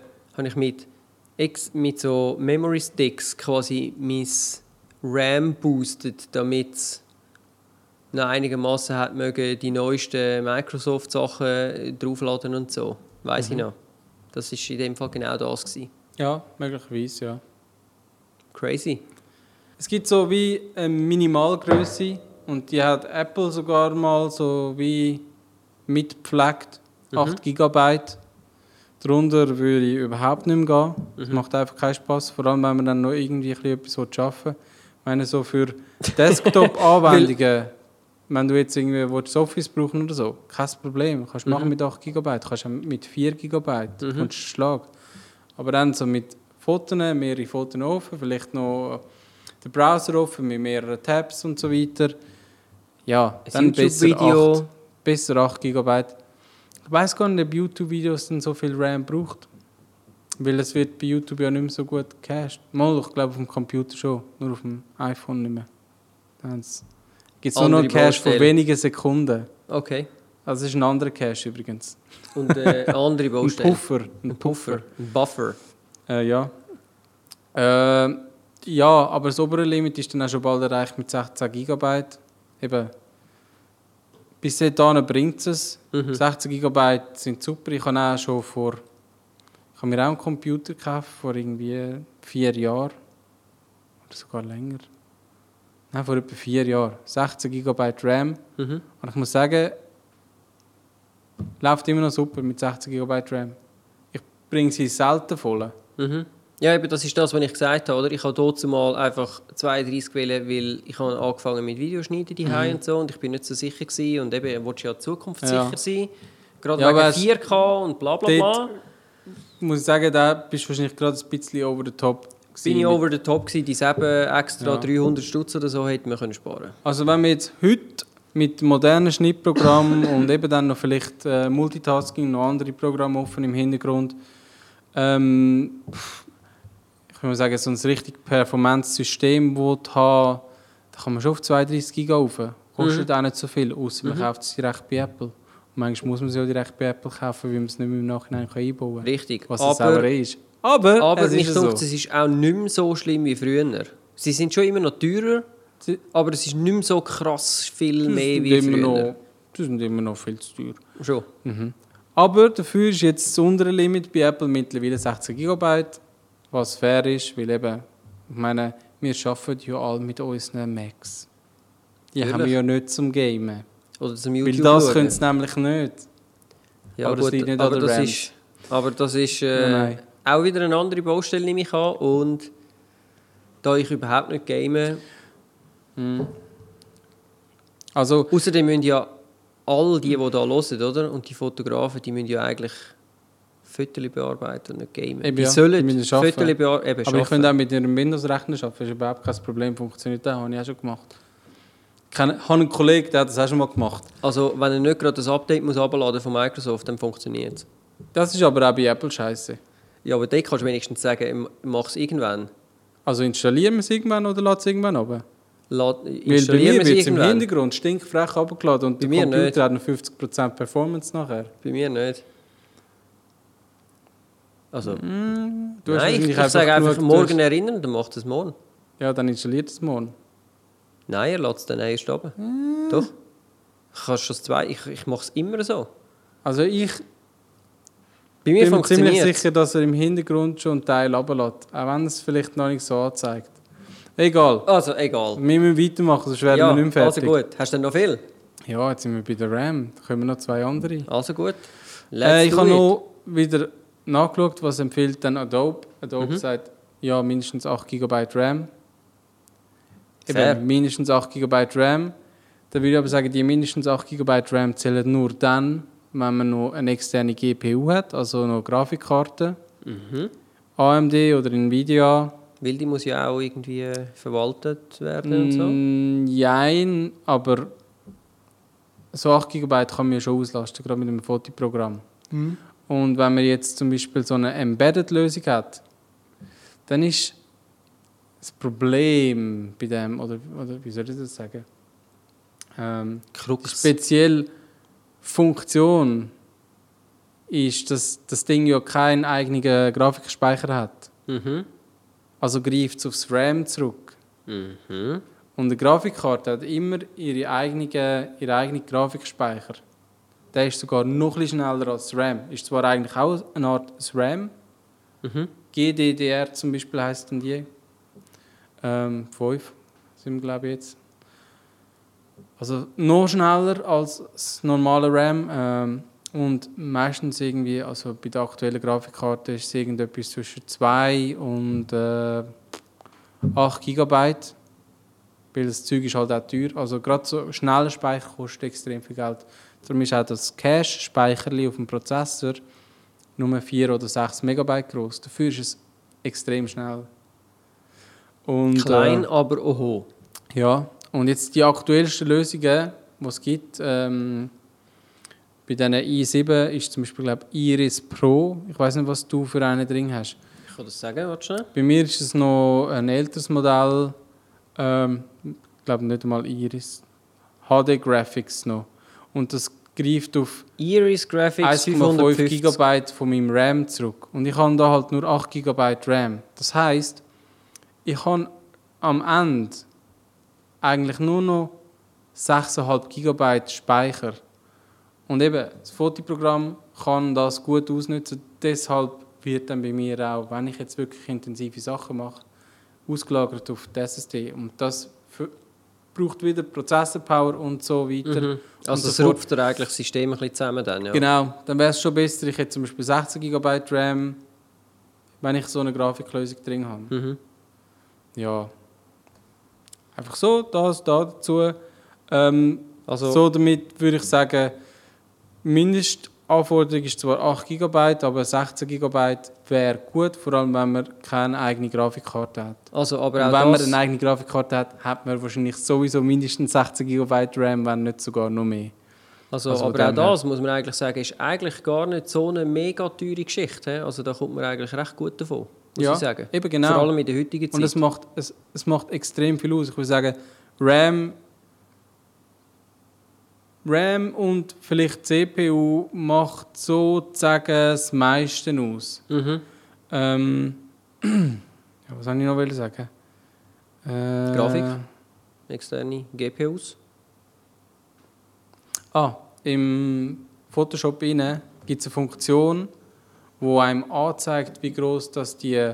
mit so Memory Sticks quasi mein RAM boostet, damit es noch einigermaßen hat mögen die neuesten Microsoft-Sachen draufladen und so. Weiss ich noch. Das war in dem Fall genau das gewesen. Ja, möglicherweise, ja. Crazy. Es gibt so wie eine Minimalgröße und die hat Apple sogar mal so wie mitgepflegt. 8 GB. Darunter würde ich überhaupt nicht mehr gehen. Das macht einfach keinen Spass, vor allem wenn man dann noch irgendwie etwas arbeiten will. Ich meine, so für Desktop-Anwendungen, wenn du jetzt irgendwie das Office brauchen oder so, kein Problem. Du kannst machen mit 8 GB, du kannst auch mit 4 GB, du kommst Schlag. Aber dann so mit Fotos, mehrere Fotos offen, vielleicht noch den Browser offen mit mehreren Tabs und so weiter. Ja, dann besser 8 GB. Ich weiss gar nicht, ob YouTube-Videos dann so viel RAM braucht. Weil es wird bei YouTube ja nicht mehr so gut gecached. Mal, ich glaube auf dem Computer schon, nur auf dem iPhone nicht mehr. Dann gibt es nur noch einen Cache von wenigen Sekunden. Okay. Also es ist ein anderer Cache übrigens. Und andere Baustelle. Ein Puffer. Ein Buffer. Ja. Ja, aber das obere Limit ist dann auch schon bald erreicht mit 16 GB. Eben, bis dahin bringt es. 16 GB sind super. Ich habe mir auch einen Computer gekauft, vor irgendwie 4 Jahren. Oder sogar länger. Nein, vor etwa 4 Jahren. 16 GB RAM. Und ich muss sagen, läuft immer noch super mit 16 GB RAM. Ich bringe sie selten voll. Ja, eben, das ist das, was ich gesagt habe. Oder? Ich habe dort mal einfach 32 wählen, weil ich habe angefangen mit Videoschneiden daheim und so und ich bin nicht so sicher gewesen. Und eben, willst du ja zukunftssicher sein. Gerade wegen 4K und bla bla bla. Muss ich sagen, da bist du wahrscheinlich gerade ein bisschen over the top. Bin ich over the top gewesen, die eben extra 300 Stutz oder so hätten wir sparen können. Also wenn wir jetzt heute mit modernen Schnittprogrammen und eben dann noch vielleicht Multitasking, noch andere Programme offen im Hintergrund, ich würde sagen, so ein richtig performantes System, das du hast, da kann man schon auf 32 GB rauf. Kostet auch nicht so viel, außer man kauft es direkt bei Apple. Und manchmal muss man sie auch direkt bei Apple kaufen, weil man es nicht mehr im Nachhinein einbauen kann. Richtig. Was es auch ist. Aber es ist so. Es ist auch nicht mehr so schlimm wie früher. Sie sind schon immer noch teurer, aber es ist nicht mehr so krass viel mehr wie früher. Das sind immer noch viel zu teuer. Schon. Aber dafür ist jetzt das untere Limit bei Apple mittlerweile 16 GB. Was fair ist, weil eben, ich meine, wir arbeiten ja alle mit unseren Macs. Die haben wir ja nicht zum Gamen. Oder zum YouTube. Weil das können sie nämlich nicht. Ja, aber, gut, das, nicht aber, das ist auch wieder eine andere Baustelle, nehme ich an. Und da ich überhaupt nicht game. Also, außerdem müssen ja all die hier hören, oder? Und die Fotografen, die müssen ja eigentlich Fotos bearbeiten und nicht gamen. Die sollen Fotos bearbeiten. Aber ich finde auch mit ihrem Windows-Rechner arbeiten, das ist überhaupt kein Problem, funktioniert auch, habe ich auch schon gemacht. Ich habe einen Kollegen, der hat das auch schon mal gemacht. Also wenn er nicht gerade das Update muss runterladen von Microsoft, dann funktioniert es. Das ist aber auch bei Apple scheiße. Ja, aber dort kannst du wenigstens sagen, mach es irgendwann. Also installieren wir es irgendwann oder lass es irgendwann runter? Weil bei mir wird es im Hintergrund stinkfrech runtergeladen und der Computer hat noch 50% Performance nachher. Bei mir nicht. Also, nein, ich sage einfach morgen erinnern, dann macht es morgen. Ja, dann installiert es morgen. Nein, er lässt es dann erst runter. Doch. Ich mache es immer so. Also ich bei mir bin mir ziemlich sicher, dass er im Hintergrund schon einen Teil runterlässt. Auch wenn es vielleicht noch nicht so anzeigt. Egal. Also, egal. Wir müssen weitermachen, sonst werden wir nicht mehr fertig. Also gut. Hast du denn noch viel? Ja, jetzt sind wir bei der RAM. Da kommen noch 2 andere. Also gut. Ich habe noch wieder nachgeschaut, was empfiehlt dann Adobe. Adobe sagt, ja, mindestens 8 GB RAM. Fair. Eben, mindestens 8 GB RAM. Da würde ich aber sagen, die mindestens 8 GB RAM zählen nur dann, wenn man noch eine externe GPU hat, also noch Grafikkarte. AMD oder Nvidia. Weil die muss ja auch irgendwie verwaltet werden und so. Jein, aber so 8 GB kann man ja schon auslasten, gerade mit einem Fotoprogramm. Und wenn man jetzt zum Beispiel so eine Embedded-Lösung hat, dann ist das Problem bei dem, oder wie soll ich das sagen? Die spezielle Funktion ist, dass das Ding ja keinen eigenen Grafikspeicher hat. Also greift es aufs RAM zurück. Und eine Grafikkarte hat immer ihren eigenen Grafikspeicher. Der ist sogar noch ein bisschen schneller als das RAM. Ist zwar eigentlich auch eine Art RAM. GDDR zum Beispiel heisst dann die. 5 sind wir, glaube ich, jetzt. Also noch schneller als das normale RAM. Und meistens irgendwie, also bei der aktuellen Grafikkarte ist es irgendetwas zwischen 2 und 8 GB. Weil das Zeug ist halt auch teuer. Also gerade so schneller Speicher kostet extrem viel Geld. Darum ist auch das Cache-Speicherli auf dem Prozessor nur 4 oder 6 Megabyte groß. Dafür ist es extrem schnell. Und, Klein, aber oho. Ja, und jetzt die aktuellsten Lösungen, die es gibt, bei diesen i7 ist zum Beispiel, glaube ich, Iris Pro. Ich weiß nicht, was du für einen drin hast. Ich kann das sagen, warte schnell. Bei mir ist es noch ein älteres Modell. Ich glaube nicht einmal Iris. HD Graphics noch. Und das greift auf Iris Graphics 1,5 550. GB von meinem RAM zurück. Und ich habe da halt nur 8 GB RAM. Das heisst, ich habe am Ende eigentlich nur noch 6,5 GB Speicher. Und eben, das Fotoprogramm kann das gut ausnutzen. Deshalb wird dann bei mir auch, wenn ich jetzt wirklich intensive Sachen mache, ausgelagert auf die SSD. Und das braucht wieder Prozessor-Power und so weiter. Also es rupft er eigentlich das System ein bisschen zusammen dann, ja. Genau, dann wäre es schon besser, ich hätte zum Beispiel 16 GB RAM, wenn ich so eine Grafiklösung drin habe. Ja. Einfach so, das da dazu. Also, So damit würde ich sagen, Mindestanforderung ist zwar 8 GB, aber 16 GB wäre gut, vor allem wenn man keine eigene Grafikkarte hat. also aber Und auch wenn man das, eine eigene Grafikkarte hat, hat man wahrscheinlich sowieso mindestens 16 GB RAM, wenn nicht sogar noch mehr. also von aber auch dem das, muss man eigentlich sagen, ist eigentlich gar nicht so eine mega teure Geschichte. He? Also da kommt man eigentlich recht gut davon, muss Ja, ich sagen. eben genau. Vor allem in der heutigen Zeit. Und es macht extrem viel aus. Ich würde sagen, RAM und vielleicht CPU macht sozusagen das meiste aus. Ja, was soll ich noch sagen? Grafik? Externe GPUs? Im Photoshop gibt es eine Funktion, die einem anzeigt, wie groß das die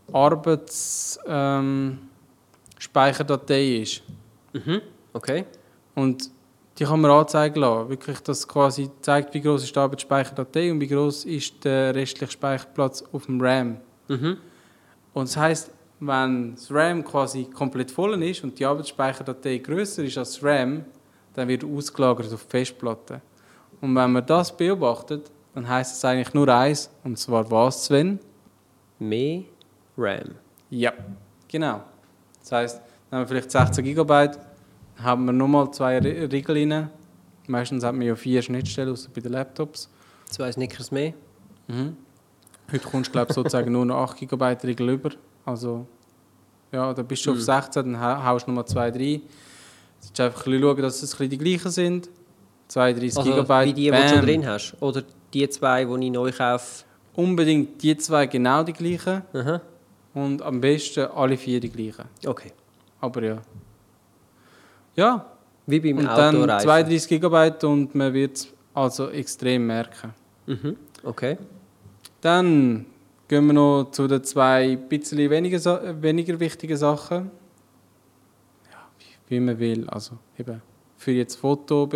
Arbeitsspeicherdatei ist. Okay. Und die kann man anzeigen lassen. Wirklich, das quasi zeigt, wie groß ist die Arbeitsspeicherdatei und wie groß ist der restliche Speicherplatz auf dem RAM. Und das heisst, wenn das RAM quasi komplett voll ist und die Arbeitsspeicherdatei grösser ist als das RAM, dann wird ausgelagert auf die Festplatte. Und wenn man das beobachtet, dann heisst es eigentlich nur eins, und zwar was, Sven? Mehr RAM. Ja, genau. Das heisst, wenn wir vielleicht 16 GB haben wir nochmal 2 Riegel rein. Meistens hat man ja 4 Schnittstellen, außer bei den Laptops. 2 Snickers mehr. Heute kommst du, glaube ich, sozusagen nur noch 8 GB Riegel über. Also, ja, da bist du auf 16, dann haust du nochmal 2 rein. Jetzt musst du einfach ein bisschen schauen, dass es ein bisschen die gleichen sind. 32 Also GB. wie die du schon drin hast? Oder die 2, die ich neu kaufe? Unbedingt die 2 genau die gleichen. Aha. Und am besten alle 4 die gleichen. Okay. Aber ja. Ja, Wie beim und dann Autoreifen. 32 GB und man wird es also extrem merken. Okay. Dann gehen wir noch zu den 2 bisschen weniger wichtigen Sachen. Ja, wie man will. Also eben für jetzt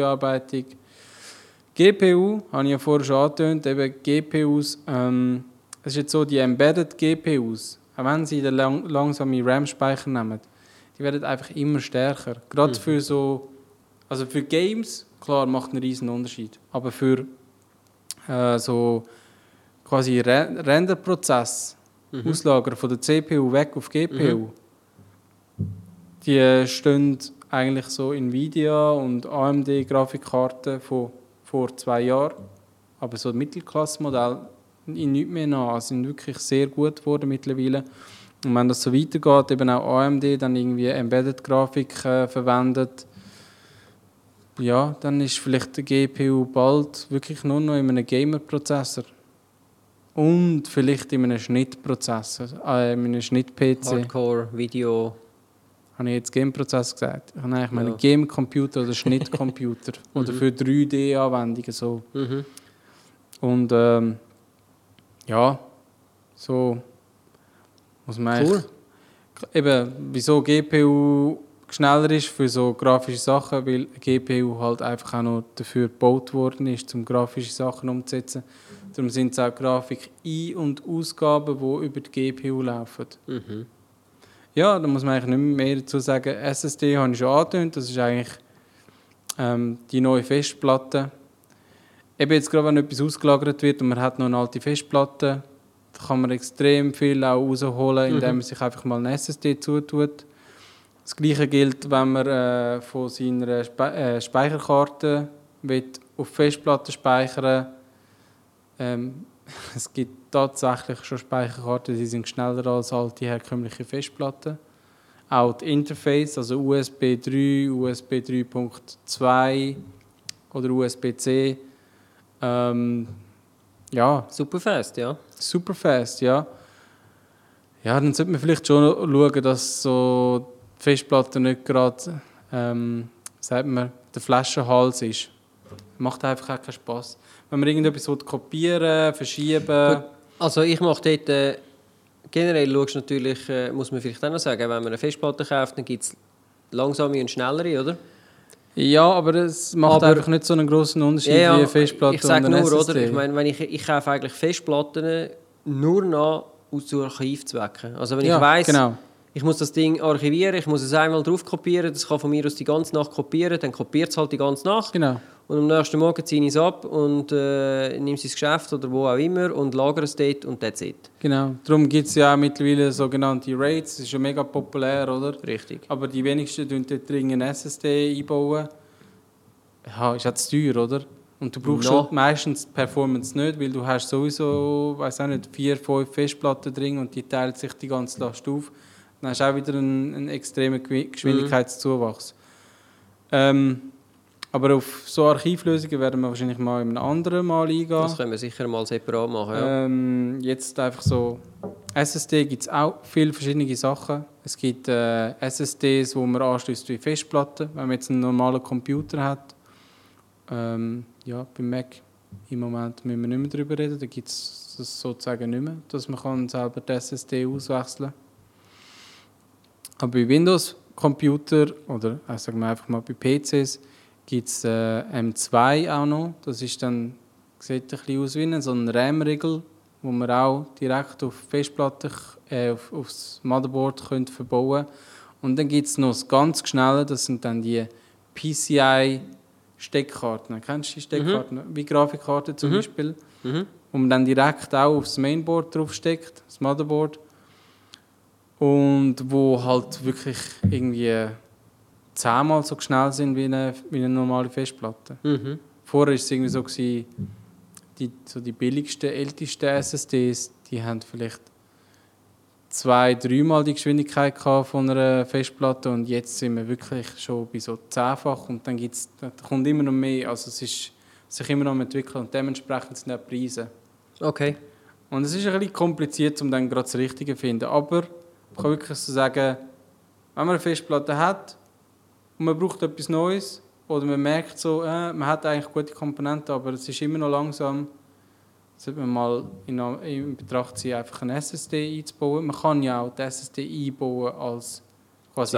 Fotobearbeitung. GPU, habe ich ja vorher schon angetönt, eben GPUs es ist jetzt so, die Embedded GPUs, auch wenn sie den langsamen RAM-Speicher nehmen, die werden einfach immer stärker. Gerade für so, also für Games, klar, macht einen riesen Unterschied. Aber für so quasi Renderprozess, Auslagern von der CPU weg auf GPU, die stehen eigentlich so Nvidia und AMD-Grafikkarten von vor 2 Jahren, aber so Mittelklasse-Modell in nichts mehr nach. Also sind wirklich sehr gut geworden mittlerweile. Und wenn das so weitergeht, eben auch AMD dann irgendwie Embedded-Grafik verwendet, ja, dann ist vielleicht der GPU bald wirklich nur noch in einem Gamer-Prozessor. Und vielleicht in einem Schnittprozessor, in einem Schnitt-PC. Hardcore, Video. Habe ich jetzt Game-Prozessor gesagt? Ich habe eigentlich meinen Game-Computer oder Schnittcomputer. Oder für 3D-Anwendungen so. Und ja, so muss man eigentlich, eben, wieso GPU schneller ist für so grafische Sachen, weil GPU halt einfach auch noch dafür gebaut worden ist, um grafische Sachen umzusetzen. Darum sind es auch Grafik-Ein- und Ausgaben, die über die GPU laufen. Ja, da muss man eigentlich nicht mehr dazu sagen. SSD habe ich schon angetönt, das ist eigentlich die neue Festplatte. Eben jetzt gerade, wenn etwas ausgelagert wird und man hat noch eine alte Festplatte, da kann man extrem viel auch rausholen, indem man sich einfach mal eine SSD zutut. Das Gleiche gilt, wenn man von seiner Speicherkarte auf Festplatte speichern will. Es gibt tatsächlich schon Speicherkarten, die sind schneller als alte herkömmliche Festplatten. Auch die Interface, also USB 3, USB 3.2 oder USB-C. Ja. Super fast, ja. Super fast, ja. Ja, dann sollte man vielleicht schon schauen, dass so die Festplatte nicht gerade, sagt man, der Flaschenhals ist. Macht einfach auch keinen Spass. Wenn man irgendetwas kopieren, verschieben... Gut. Also ich mache dort... generell schaust du natürlich, muss man vielleicht auch noch sagen, wenn man eine Festplatte kauft, dann gibt es langsame und schnellere, oder? Ja, aber es macht einfach nicht so einen grossen Unterschied wie eine Festplatte ich sage und eine nur, SSD. oder? Ich meine, ich kaufe eigentlich Festplatten nur noch zu Archivzwecken. Also wenn ich weiss, genau. ich muss das Ding archivieren, ich muss es einmal drauf kopieren, das kann von mir aus die ganze Nacht kopieren, dann kopiert es halt die ganze Nacht. Genau. Und am nächsten Morgen ziehe ich es ab und nehme es ins Geschäft oder wo auch immer und lagere es dort und that's it. Genau. Darum gibt es ja auch mittlerweile sogenannte RAIDs, das ist ja mega populär, oder? Richtig. Aber die wenigsten tun dort dringend eine SSD einbauen. Ja, ist auch zu teuer, oder? Und du brauchst halt meistens die Performance nicht, weil du hast sowieso, weiß auch nicht, 4, 5 Festplatten drin und die teilen sich die ganze Last auf. Dann hast du auch wieder einen extremen Geschwindigkeitszuwachs. Aber auf so Archivlösungen werden wir wahrscheinlich mal in einem anderen Mal eingehen. Das können wir sicher mal separat machen, ja. Jetzt einfach so, SSD gibt es auch viele verschiedene Sachen. Es gibt SSDs, die man anschließt wie Festplatten, wenn man jetzt einen normalen Computer hat. Ja, beim Mac im Moment müssen wir nicht mehr darüber reden, da gibt es das sozusagen nicht mehr, dass man selber die SSD auswechseln kann. Aber bei Windows-Computer oder sagen wir einfach mal bei PCs gibt es M2 auch noch. Das ist dann, sieht ein bisschen aus wie so ein RAM-Riegel, wo man auch direkt auf Festplatte, aufs Motherboard könnt verbauen. Und dann gibt es noch das ganz Schnelle, das sind dann die PCI-Steckkarten. Kennst du die Steckkarten? Wie Grafikkarten zum Beispiel. Wo man dann direkt auch aufs Mainboard draufsteckt, das Motherboard. Und wo halt wirklich irgendwie 10-mal so schnell sind wie eine normale Festplatte. Vorher war es irgendwie so, die billigsten, ältesten SSDs, die haben vielleicht 2-3-mal die Geschwindigkeit von einer Festplatte und jetzt sind wir wirklich schon bei so 10-fach und dann kommt immer noch mehr. Also es ist sich immer noch entwickeln und dementsprechend sind auch die Preise. Okay. Und es ist ein bisschen kompliziert, um dann gerade das Richtige zu finden. Aber ich kann wirklich so sagen, wenn man eine Festplatte hat und man braucht etwas Neues oder man merkt so, man hat eigentlich gute Komponenten, aber es ist immer noch langsam, sollte man mal in Betracht ziehen, einfach eine SSD einzubauen. Man kann ja auch die SSD einbauen als quasi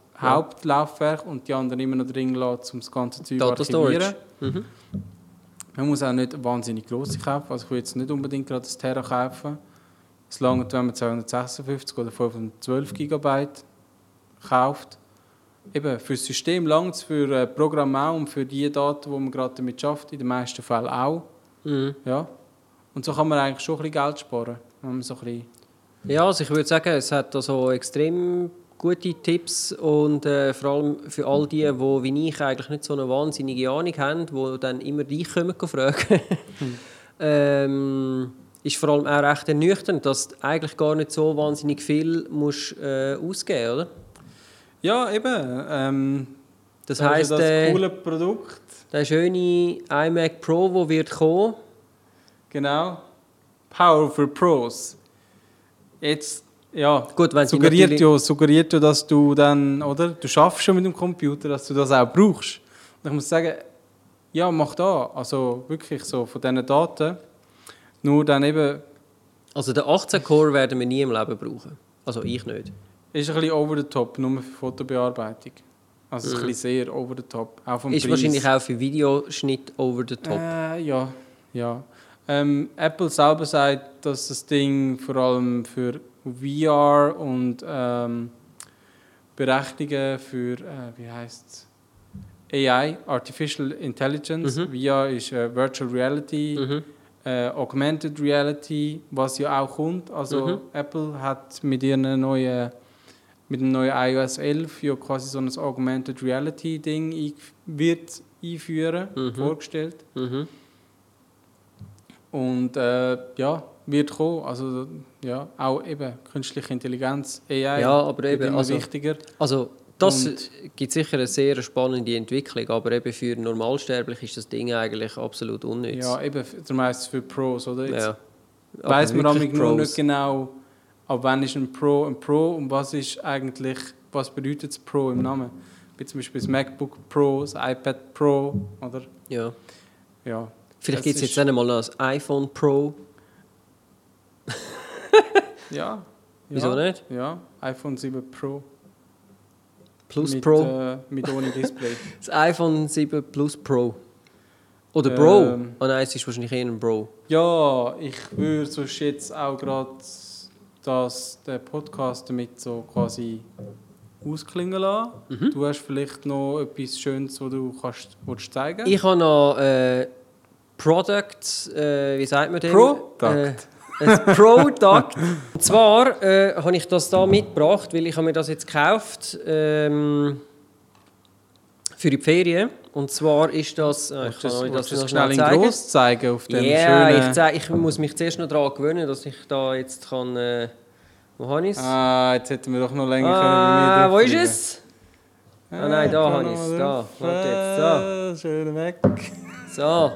Hauptlaufwerk und die anderen immer noch drin lassen, um das ganze Zeug zu archivieren. Man muss auch nicht wahnsinnig grosse kaufen. Also ich will jetzt nicht unbedingt gerade das Terra kaufen. Es langt, wenn man 256 oder 512 GB kauft. Eben, für das System langt es, für Programm auch und für die Daten, die man gerade damit schafft, in den meisten Fällen auch. Mhm. Ja. Und so kann man eigentlich schon ein bisschen Geld sparen. Wenn man so ein bisschen Ja, also ich würde sagen, es hat also extrem gute Tipps und vor allem für all die, wie ich eigentlich nicht so eine wahnsinnige Ahnung haben, die dann immer dich kommen fragen, ist vor allem auch recht ernüchternd, dass du eigentlich gar nicht so wahnsinnig viel musst, ausgeben, oder? ja, eben. Das Das heisst, ist das coole Produkt. der schöne iMac Pro, der wird kommen. Genau. Power for Pros. Jetzt, ja, Gut, wenn sie suggeriert ja, dass du dann, oder? Du schaffst schon mit dem Computer, dass du das auch brauchst. Und ich muss sagen, ja, mach da. Also wirklich so von diesen Daten. Nur dann eben, Also den 18-Core werden wir nie im Leben brauchen. Also ich nicht. ist ein bisschen over the top, nur für Fotobearbeitung. Also ein bisschen sehr over the top. Auch vom Ist Preis. wahrscheinlich auch für Videoschnitt over the top. Ja, ja. Apple selber sagt, dass das Ding vor allem für VR und Berechnungen für, wie heißt AI, Artificial Intelligence. VR ist Virtual Reality, Augmented Reality, was ja auch kommt. Also Apple hat mit dem neuen iOS 11 ja quasi so ein Augmented Reality Ding wird einführen, vorgestellt. Und ja, wird kommen. Also ja, auch eben künstliche Intelligenz, AI, Ja, aber wird eben, immer wichtiger. Also das gibt sicher eine sehr spannende Entwicklung, aber eben für Normalsterbliche ist das Ding eigentlich absolut unnütz. Ja, eben, der meist für Pros, oder? Jetzt Ja. weiss man wirklich nur Pros. nicht genau, ab wann ist ein Pro und was ist eigentlich, was bedeutet das Pro im Namen? Wie zum Beispiel das MacBook Pro, das iPad Pro, oder? Ja. Ja. Vielleicht Das gibt es ist- jetzt dann mal noch das iPhone Pro. Ja. Wieso ja, nicht? Ja, iPhone 7 Pro. Plus mit, Pro. Mit ohne Display. Das iPhone 7 Plus Pro. Oder Bro. Ähm. Oh nein, es ist wahrscheinlich eher ein Bro. Ja, ich würde sonst jetzt auch gerade den Podcast damit so quasi ausklingen lassen. Du hast vielleicht noch etwas Schönes, was du willst zeigen. Ich habe noch Product, wie sagt man dem? Product. Ein Product. Und zwar habe ich das da mitgebracht, weil ich habe mir das jetzt gekauft für die Ferien. Und zwar ist das... ich kann euch das noch schnell in zeigen. gross zeigen auf dem Ja, schönen... ich muss mich zuerst noch daran gewöhnen, dass ich da jetzt kann... wo habe ich es? Jetzt hätten wir doch noch länger können bei mir Wo ist draufbleiben. es? Nein, da habe ich es. Da. Warte jetzt, da. Schöner Mac. So.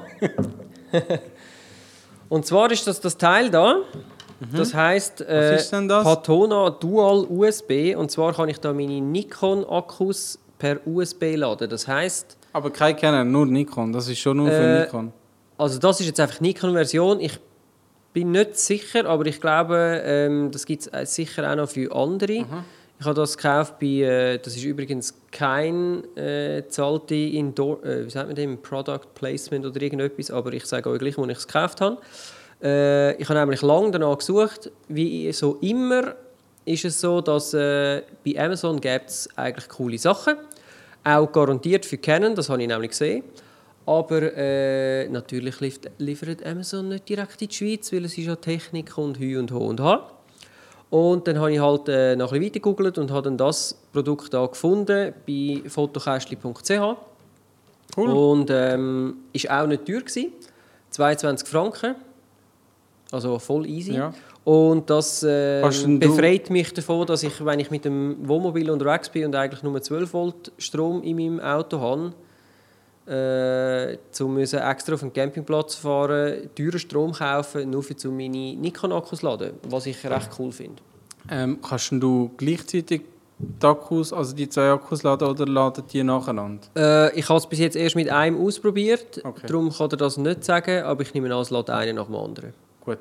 Und zwar ist das Teil da. Das heisst Was ist denn das? Patona Dual USB. Und zwar kann ich da meine Nikon-Akkus per USB laden. Das heisst, Aber kein Canon, nur Nikon. Das ist schon nur für Nikon. also das ist jetzt einfach die Nikon-Version. Ich bin nicht sicher, aber ich glaube, das gibt es sicher auch noch für andere. Ich habe das gekauft bei, das ist übrigens kein zahlte wie sagt man dem, Product Placement oder irgendetwas, aber ich sage euch gleich, wo ich es gekauft habe. Ich habe nämlich lange danach gesucht. Wie so immer ist es so, dass bei Amazon gibt es eigentlich coole Sachen. Auch garantiert für Canon, das habe ich nämlich gesehen. Aber natürlich liefert Amazon nicht direkt in die Schweiz, weil es ist ja Technik und Hü und Ho und Ha. Und dann habe ich halt noch ein bisschen weiter gegoogelt und habe dann das Produkt da gefunden bei fotokästli.ch. Cool. Und ist auch nicht teuer gewesen. 22 Franken. Also voll easy. Ja. Und das Hast denn du- befreit mich davon, dass ich, wenn ich mit dem Wohnmobil unterwegs bin und eigentlich nur 12 Volt Strom in meinem Auto habe, zu müssen extra auf den Campingplatz fahren, teuren Strom kaufen, nur für meine Nikon-Akkus laden, was ich recht cool finde. Kannst denn du gleichzeitig die Akkus, also die zwei Akkus laden oder laden die nacheinander? Ich habe es bis jetzt erst mit einem ausprobiert, Okay. darum kann er das nicht sagen, aber ich nehme an, es lädt einen nach dem anderen. Gut.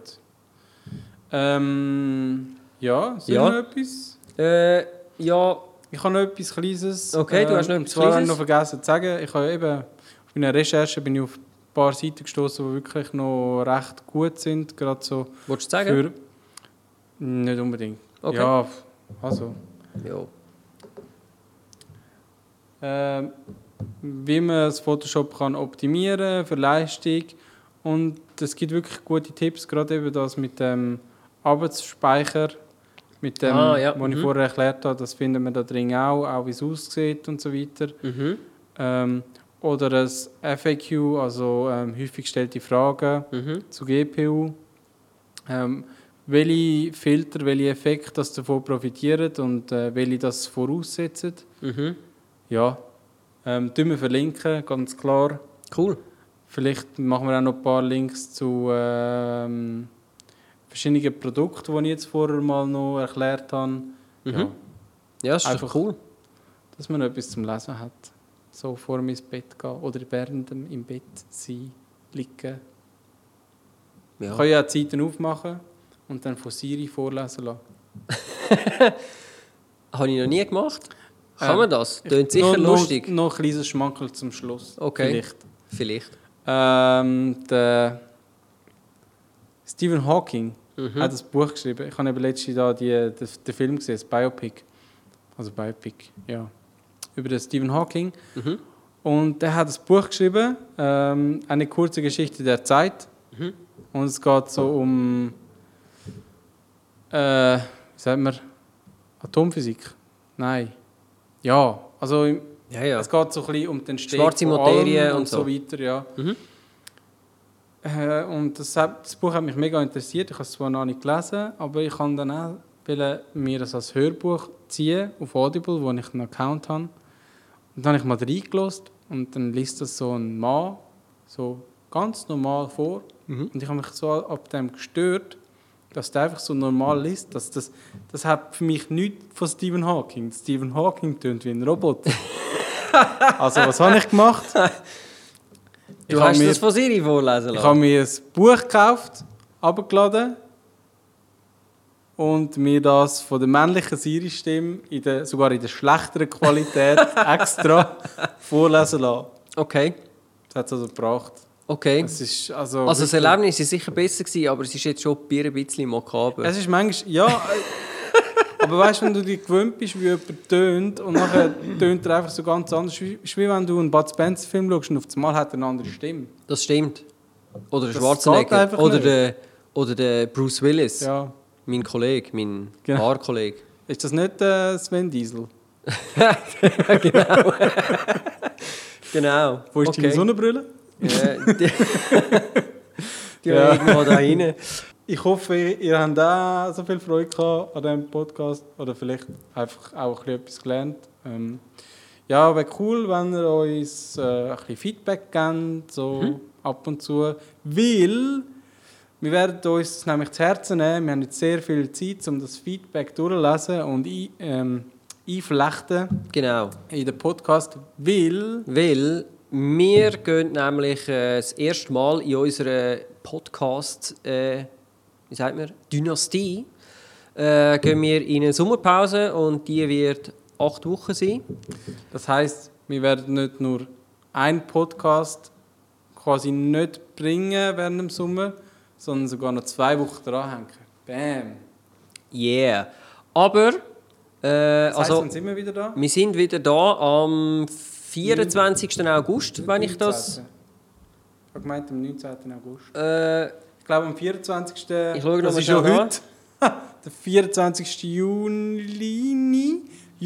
Ja, sind Ja. noch etwas? Ja, Ich habe noch etwas Kleines. Okay, du hast noch und etwas zwar habe ich Kleines? noch vergessen zu sagen, ich habe eben auf meiner Recherche bin ich auf paar Seiten gestoßen, die wirklich noch recht gut sind. Gerade so Wolltest du sagen? Nicht unbedingt. Okay. Ja, also. Ja. Wie man das Photoshop kann optimieren für Leistung. Und es gibt wirklich gute Tipps, gerade eben das mit dem Arbeitsspeicher, mit dem, ja. was ich vorher erklärt habe, das finden wir da drin auch wie es aussieht und so weiter. Oder das FAQ, also häufig gestellte Fragen zu GPU. Welche Filter, welche Effekte das davon profitieren und welche das voraussetzen. Ja, tun wir verlinken, ganz klar. Cool. Vielleicht machen wir auch noch ein paar Links zu verschiedenen Produkten, die ich jetzt vorher mal noch erklärt habe. Ja, Ja, das ist einfach doch cool. dass man etwas zum Lesen hat. So vor mir ins Bett gehen oder während dem im Bett sein, liegen. Ja. Ich kann ja auch die Seiten aufmachen und dann von Siri vorlesen lassen. Habe ich noch nie gemacht. Kann man das? Tönt sicher noch, lustig. Noch ein kleines Schmankerl zum Schluss. Okay. Vielleicht. Der Stephen Hawking hat ein Buch geschrieben. Ich habe eben letztens da den Film gesehen, das Biopic. Also Biopic, ja. Über den Stephen Hawking. Und der hat ein Buch geschrieben, eine kurze Geschichte der Zeit. Und es geht so um, wie sagt man, Atomphysik? Nein. Ja, also Ja. es geht so ein bisschen um den Entstehung Schwarze von Materie allem und so weiter, ja. Und das Buch hat mich mega interessiert. Ich habe es zwar noch nicht gelesen, aber ich kann dann auch mir das als Hörbuch ziehen auf Audible, wo ich einen Account habe. Und dann habe ich mal reingelassen und dann liest das so ein Mann so ganz normal vor. Und ich habe mich so ab dem gestört, dass der einfach so normal liest. Das hat für mich nichts von Stephen Hawking. Stephen Hawking tönt wie ein Roboter. Also was habe ich gemacht? Du hast das von Siri vorlesen lassen? Ich habe mir ein Buch gekauft, abgeladen und mir das von der männlichen Siri-Stimme sogar in der schlechteren Qualität extra vorlesen lassen. Okay. Das hat es also gebracht. Okay. Es ist also das Erlebnis war sicher besser gewesen, aber es ist jetzt schon ein bisschen makaber. Es ist manchmal, ja, aber weißt du, wenn du dich gewöhnt bist, wie jemand tönt und nachher tönt er einfach so ganz anders, ist wie wenn du einen Bud Spencer-Film schaust und auf einmal hat er eine andere Stimme. Das stimmt. Oder der Das geht Schwarzenegger. einfach Oder der Bruce Willis. Ja. Mein Kollege, mein Genau. Haarkollege. Ist das nicht Sven Diesel? Genau. Wo ist deine Sonnenbrille? Die ja. Irgendwo da rein. Ich hoffe, ihr habt auch so viel Freude gehabt an diesem Podcast oder vielleicht einfach auch ein bisschen etwas gelernt. Ja, wäre cool, wenn ihr uns ein bisschen Feedback gebt, so ab und zu, weil wir werden uns nämlich zu Herzen nehmen. Wir haben jetzt sehr viel Zeit, um das Feedback durchzulesen und einflechten Genau. in den Podcast, weil wir gehen nämlich das erste Mal in unserer Podcast, wie sagt man, Dynastie, gehen wir in eine Sommerpause und die wird 8 Wochen sein. Das heisst, wir werden nicht nur einen Podcast quasi nicht bringen während dem Sommer, sondern sogar noch 2 Wochen dranhängen. Bam! Yeah. Aber, Das heisst, also, dann sind wir wieder da? wir sind wieder da am 24. August, wenn ich das... Ich habe gemeint, am 19. August. Ich glaube, am 24. Ich schaue das noch ist mal schon schnell heute. Der 24. Juni?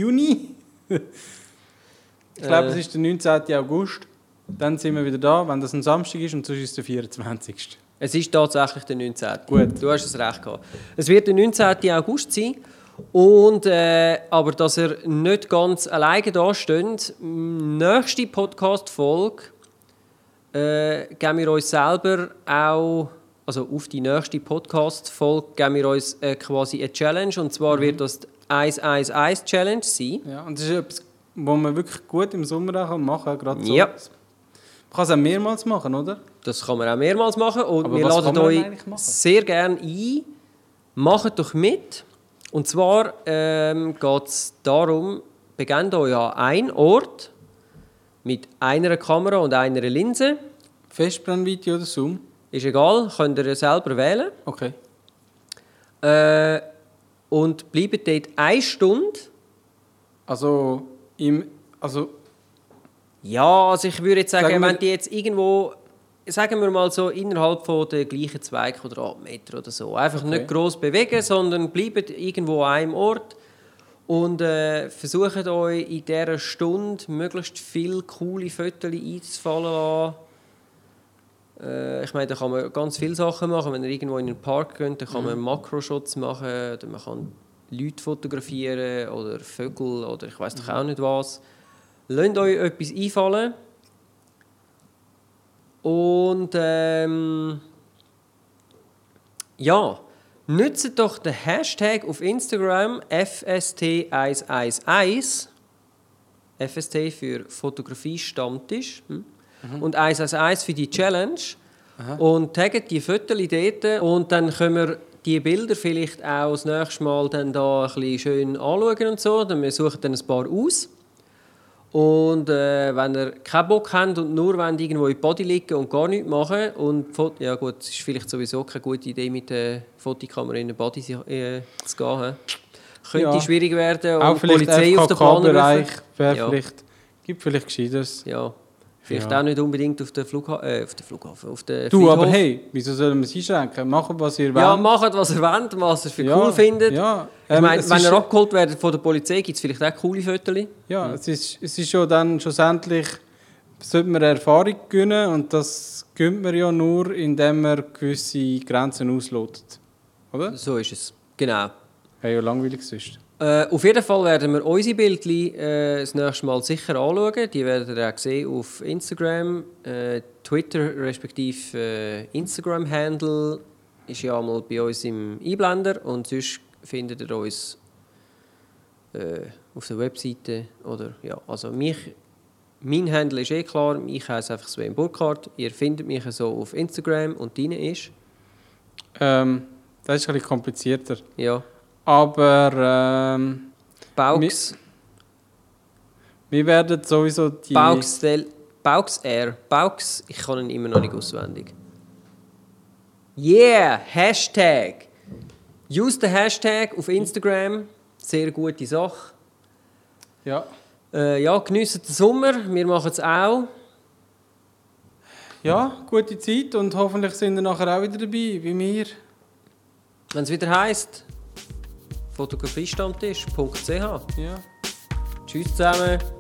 Ich glaube, es ist der 19. August. Dann sind wir wieder da, wenn das ein Samstag ist, und sonst ist es der 24. Es ist tatsächlich der 19. Gut. Du hast es recht gehabt. Es wird der 19. August sein. Und, aber dass ihr nicht ganz alleine da steht, nächste Podcast-Folge geben wir uns selber auch, also auf die nächste Podcast-Folge geben wir uns quasi eine Challenge. Und zwar wird das die 1-1-1-Challenge sein. Ja, und das ist etwas, was man wirklich gut im Sommer auch machen kann. Gerade so. Ja. Man kann es auch mehrmals machen, oder? Das kann man auch mehrmals machen. Und Aber wir was laden kann man euch eigentlich machen? sehr gerne ein. Macht doch mit. Und zwar geht es darum, beginnt euch an einen Ort mit einer Kamera und einer Linse. Festbrennweite oder Zoom? Ist egal, könnt ihr selber wählen. Okay. Und bleibt dort 1 Stunde. Also, Ja, also ich würde jetzt sagen, Sagen wir- wenn die jetzt irgendwo, sagen wir mal so, innerhalb von der gleichen 2 Quadratmeter oder so, einfach nicht gross bewegen, sondern bleibt irgendwo an einem Ort und versucht euch in dieser Stunde möglichst viele coole Fotos einzufallen lassen. Ich meine, da kann man ganz viele Sachen machen. Wenn ihr irgendwo in einen Park geht, dann kann man Makroshots machen, oder man kann Leute fotografieren oder Vögel oder ich weiß doch auch nicht was. Lasst euch etwas einfallen. Und ja, nutzt doch den Hashtag auf Instagram FST111, FST für Fotografie-Stammtisch und 111 für die Challenge. Und taggt die Fotos dort und dann können wir die Bilder vielleicht auch das nächste Mal dann da ein bisschen schön anschauen und so. Dann wir suchen dann ein paar aus. Und wenn ihr keinen Bock habt und nur irgendwo in die Body liegen und gar nichts machen und ja gut, es ist vielleicht sowieso keine gute Idee, mit der Fotokamera in den Body zu gehen. Könnte schwierig werden und auch die vielleicht Polizei auf den Plan FKK-Bereich rufen. gibt vielleicht Gescheiteres. Ja, vielleicht Ja. auch nicht unbedingt auf den Flughafen, auf den Du, Friedhof. aber hey, wieso sollen wir es einschränken? Macht, was ihr wollt. Ja, macht, was ihr wollt, was ihr für cool findet. Ja, Ich meine, es wenn ist- ihr abgeholt werdet von der Polizei, gibt es vielleicht auch coole Fotos. Ja, es ist schon dann schlussendlich, sollte man Erfahrung gewinnen und das gönnt man ja nur, indem man gewisse Grenzen auslotet. Oder? So ist es, genau. Wäre ja langweilig sonst. Auf jeden Fall werden wir unsere Bildchen das nächste Mal sicher anschauen. Die werdet ihr auch sehen auf Instagram. Twitter respektive Instagram-Handle ist ja einmal bei uns im Einblender und sonst findet ihr uns auf der Webseite. Oder, ja, also mein Handle ist klar, ich heiße einfach Sven Burkhardt. Ihr findet mich so auf Instagram und deine ist? Das ist ein bisschen komplizierter. Ja. Aber Baux. wir werden sowieso die... Baux Air. Baux, ich kann ihn immer noch nicht auswendig. Yeah, Hashtag. Use den Hashtag auf Instagram. Sehr gute Sache. Ja. Ja, geniessen den Sommer. Wir machen es auch. Ja, gute Zeit und hoffentlich sind ihr nachher auch wieder dabei, wie wir. Wenn es wieder heisst, fotografiestammtisch.ch. Ja. Tschüss zusammen.